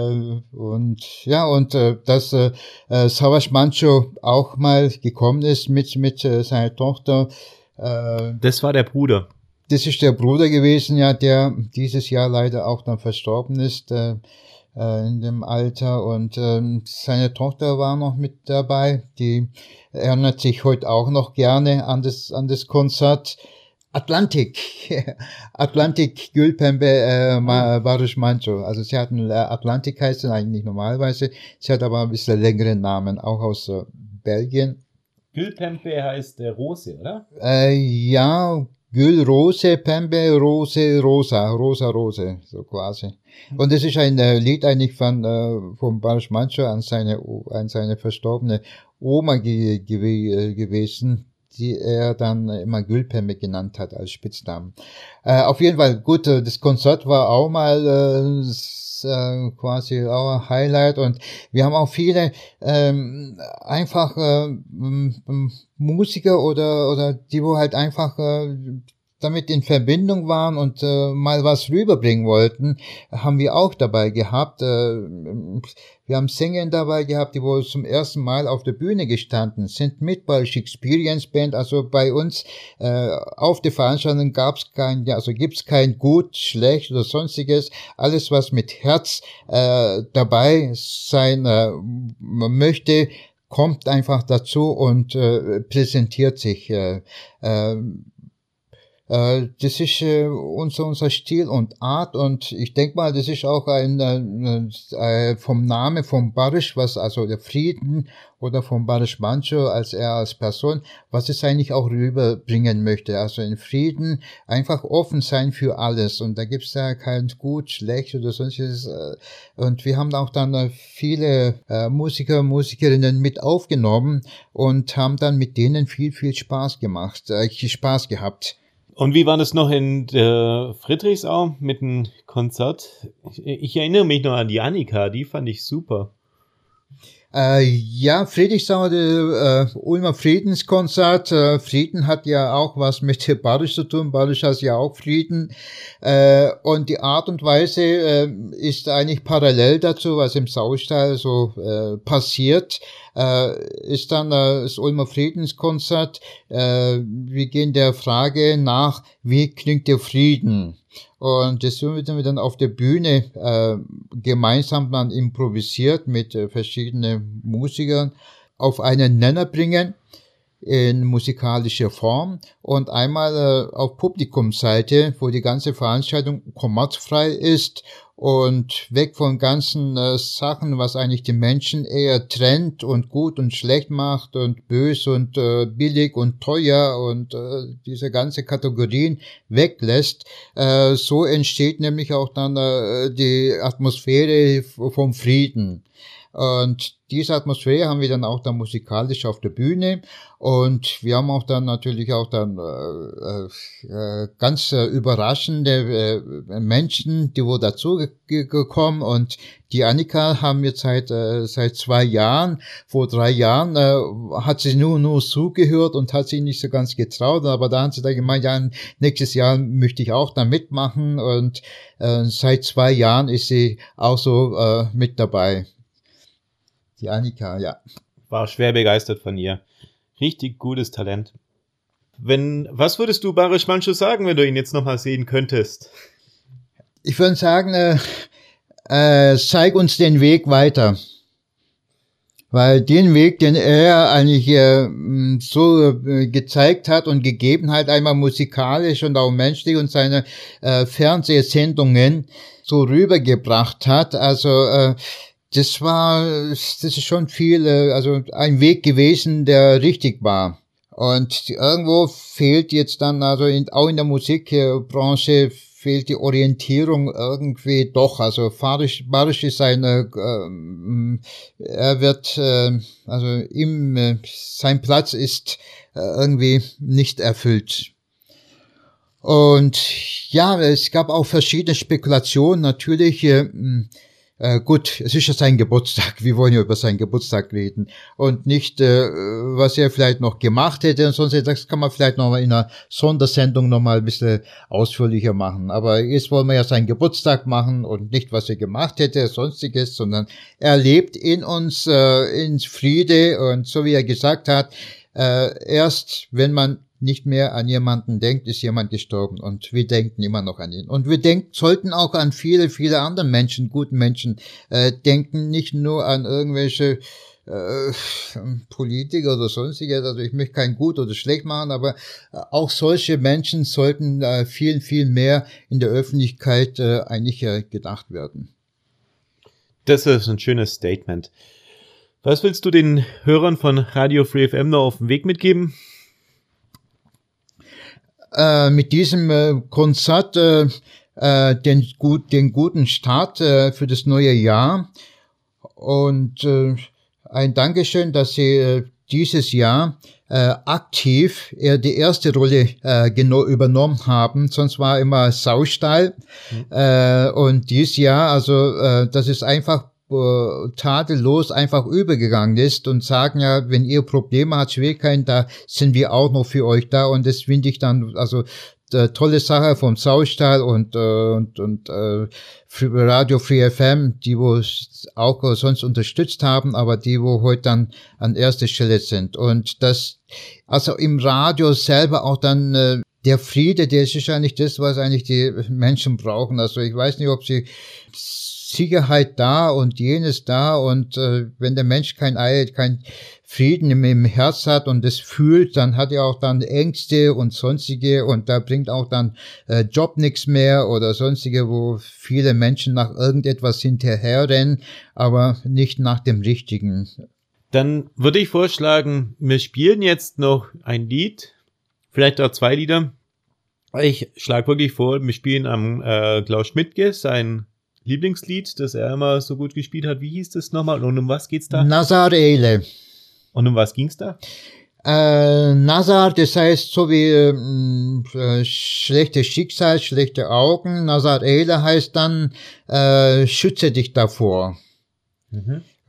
dass Savas Mancho auch mal gekommen ist mit seiner Tochter. Das war der Bruder. Das ist der Bruder gewesen, ja, der dieses Jahr leider auch dann verstorben ist in dem Alter, und seine Tochter war noch mit dabei. Die erinnert sich heute auch noch gerne an das Konzert. Atlantik Gülpembe Barisch Mancho. Also sie hatten Atlantik heißt eigentlich normalerweise. Sie hat aber ein bisschen längeren Namen, auch aus Belgien. Gülpembe heißt Rose, oder? Ja, Gül Rose, Pembe, Rose, Rosa, Rose, so quasi. Und das ist ein Lied eigentlich von Barisch Mancho an seine verstorbene Oma gewesen, die er dann immer Gülpembe genannt hat als Spitznamen. Auf jeden Fall, gut, das Konzert war auch mal quasi auch ein Highlight, und wir haben auch viele einfach Musiker oder die wo halt einfach damit in Verbindung waren und mal was rüberbringen wollten, haben wir auch dabei gehabt. Wir haben Sänger dabei gehabt, die wohl zum ersten Mal auf der Bühne gestanden sind, mit Barisch Experience Band. Also bei uns auf der Veranstaltung gibt's kein gut, schlecht oder sonstiges. Alles, was mit Herz dabei sein möchte, kommt einfach dazu und präsentiert sich. Das ist unser Stil und Art, und ich denke mal, das ist auch vom Namen vom Barisch, was also der Frieden, oder vom Barisch Mancho als er als Person, was es eigentlich auch rüberbringen möchte. Also in Frieden einfach offen sein für alles, und da gibt's ja kein gut, schlecht oder sonstiges. Und wir haben auch dann viele Musiker, Musikerinnen mit aufgenommen und haben dann mit denen viel Spaß gehabt. Und wie war das noch in der Friedrichsau mit dem Konzert? Ich erinnere mich noch an die Annika, die fand ich super. Ja, Friedrichsau, Ulmer Friedenskonzert. Frieden hat ja auch was mit Badisch zu tun. Badisch heißt ja auch Frieden. Und die Art und Weise ist eigentlich parallel dazu, was im Saustall so passiert. Ist dann das Ulmer Friedenskonzert. Wir gehen der Frage nach, wie klingt der Frieden? Und das haben wir dann auf der Bühne gemeinsam dann improvisiert mit verschiedenen Musikern auf einen Nenner bringen in musikalischer Form und einmal auf Publikumsseite, wo die ganze Veranstaltung kommerzfrei ist und weg von ganzen Sachen, was eigentlich die Menschen eher trennt und gut und schlecht macht und böse und billig und teuer und diese ganze Kategorien weglässt. So entsteht nämlich auch dann die Atmosphäre vom Frieden. Und diese Atmosphäre haben wir dann auch dann musikalisch auf der Bühne und wir haben auch dann natürlich auch dann ganz überraschende Menschen, die wohl dazu gekommen und die Annika haben wir seit 2 Jahren, vor 3 Jahren hat sie nur zugehört und hat sich nicht so ganz getraut, aber da haben sie da gemeint, ja, nächstes Jahr möchte ich auch da mitmachen und seit 2 Jahren ist sie auch so mit dabei. Die Annika, ja. War schwer begeistert von ihr. Richtig gutes Talent. Was würdest du Barisch Manchu sagen, wenn du ihn jetzt nochmal sehen könntest? Ich würde sagen, zeig uns den Weg weiter. Weil den Weg, den er eigentlich so gezeigt hat und gegeben hat, einmal musikalisch und auch menschlich und seine Fernsehsendungen so rübergebracht hat, also das ist schon viel, also ein Weg gewesen, der richtig war. Und irgendwo fehlt jetzt dann, also auch in der Musikbranche fehlt die Orientierung irgendwie doch. Also Barisch ist sein Platz ist irgendwie nicht erfüllt. Und ja, es gab auch verschiedene Spekulationen, natürlich, gut, es ist ja sein Geburtstag, wir wollen ja über seinen Geburtstag reden und nicht, was er vielleicht noch gemacht hätte und sonst, das kann man vielleicht noch mal in einer Sondersendung noch mal ein bisschen ausführlicher machen, aber jetzt wollen wir ja seinen Geburtstag machen und nicht, was er gemacht hätte, sonstiges, sondern er lebt in uns, in Friede und so wie er gesagt hat, erst wenn man nicht mehr an jemanden denkt, ist jemand gestorben und wir denken immer noch an ihn. Und wir sollten auch an viele, viele andere Menschen, guten Menschen denken, nicht nur an irgendwelche Politiker oder sonstiges. Also ich möchte kein gut oder schlecht machen, aber auch solche Menschen sollten viel, viel mehr in der Öffentlichkeit eigentlich gedacht werden. Das ist ein schönes Statement. Was willst du den Hörern von Radio Free FM noch auf den Weg mitgeben? Mit diesem Konzert den guten Start für das neue Jahr und ein Dankeschön, dass Sie dieses Jahr aktiv die erste Rolle übernommen haben, sonst war immer Saustall und dieses Jahr, also das ist einfach tadellos einfach übergegangen ist und sagen ja, wenn ihr Probleme habt, Schwierigkeiten, da sind wir auch noch für euch da und das finde ich dann, also tolle Sache vom Saustall und Radio Free FM, die wo auch sonst unterstützt haben, aber die wo heute dann an erster Stelle sind und das, also im Radio selber auch dann der Friede, der ist eigentlich das, was eigentlich die Menschen brauchen, also ich weiß nicht, ob sie Sicherheit da und jenes da und wenn der Mensch kein Frieden im Herz hat und das fühlt, dann hat er auch dann Ängste und sonstige und da bringt auch dann Job nichts mehr oder sonstige, wo viele Menschen nach irgendetwas hinterherrennen, aber nicht nach dem Richtigen. Dann würde ich vorschlagen, wir spielen jetzt noch ein Lied, vielleicht auch 2 Lieder. Ich schlage wirklich vor, wir spielen am Klaus Schmidtke sein Lieblingslied, das er immer so gut gespielt hat. Wie hieß das nochmal? Und um was geht's da? Nazar Eile. Und um was ging's da? Nazar, das heißt so wie schlechtes Schicksal, schlechte Augen. Nazar Eile heißt dann schütze dich davor.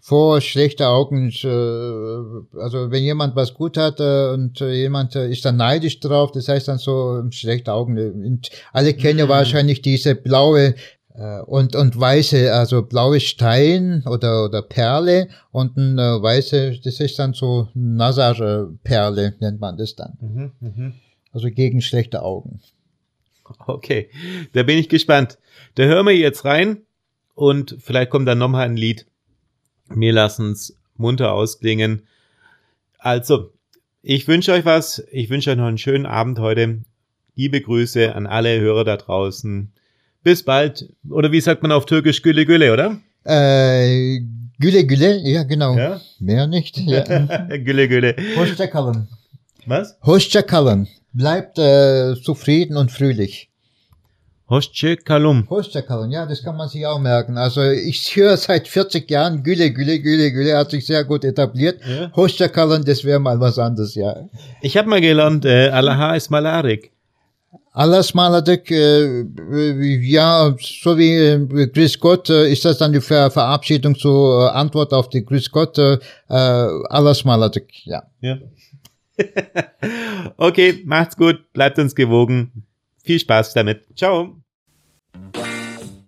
vor schlechte Augen, also wenn jemand was gut hat und jemand ist dann neidisch drauf, das heißt dann so schlechte Augen. Und alle kennen ja wahrscheinlich diese blaue und weiße, also blaue Stein oder Perle und ein weiße, das ist dann so Nazar-Perle, nennt man das dann. Also gegen schlechte Augen. Okay, da bin ich gespannt. Da hören wir jetzt rein und vielleicht kommt dann nochmal ein Lied. Wir lassen es munter ausklingen. Also, ich wünsche euch was. Ich wünsche euch noch einen schönen Abend heute. Liebe Grüße an alle Hörer da draußen. Bis bald. Oder wie sagt man auf Türkisch? Güle Güle, oder? Güle Güle, ja genau. Ja? Mehr nicht. Ja. Güle Güle. Hoşça kalın. Was? Hoşça kalın. Bleibt zufrieden und fröhlich. Hoşça kalın. Hoşça kalın, ja, das kann man sich auch merken. Also ich höre seit 40 Jahren Güle Güle, Güle Güle, hat sich sehr gut etabliert. Ja. Hoşça kalın, das wäre mal was anderes, ja. Ich habe mal gelernt, Allah'a ısmarladık. Allah'a ısmarladık, ja, so wie Grüß Gott, ist das dann die Verabschiedung zur Antwort auf die Grüß Gott, Allah'a ısmarladık, ja. Ja. Okay, macht's gut, bleibt uns gewogen. Viel Spaß damit. Ciao.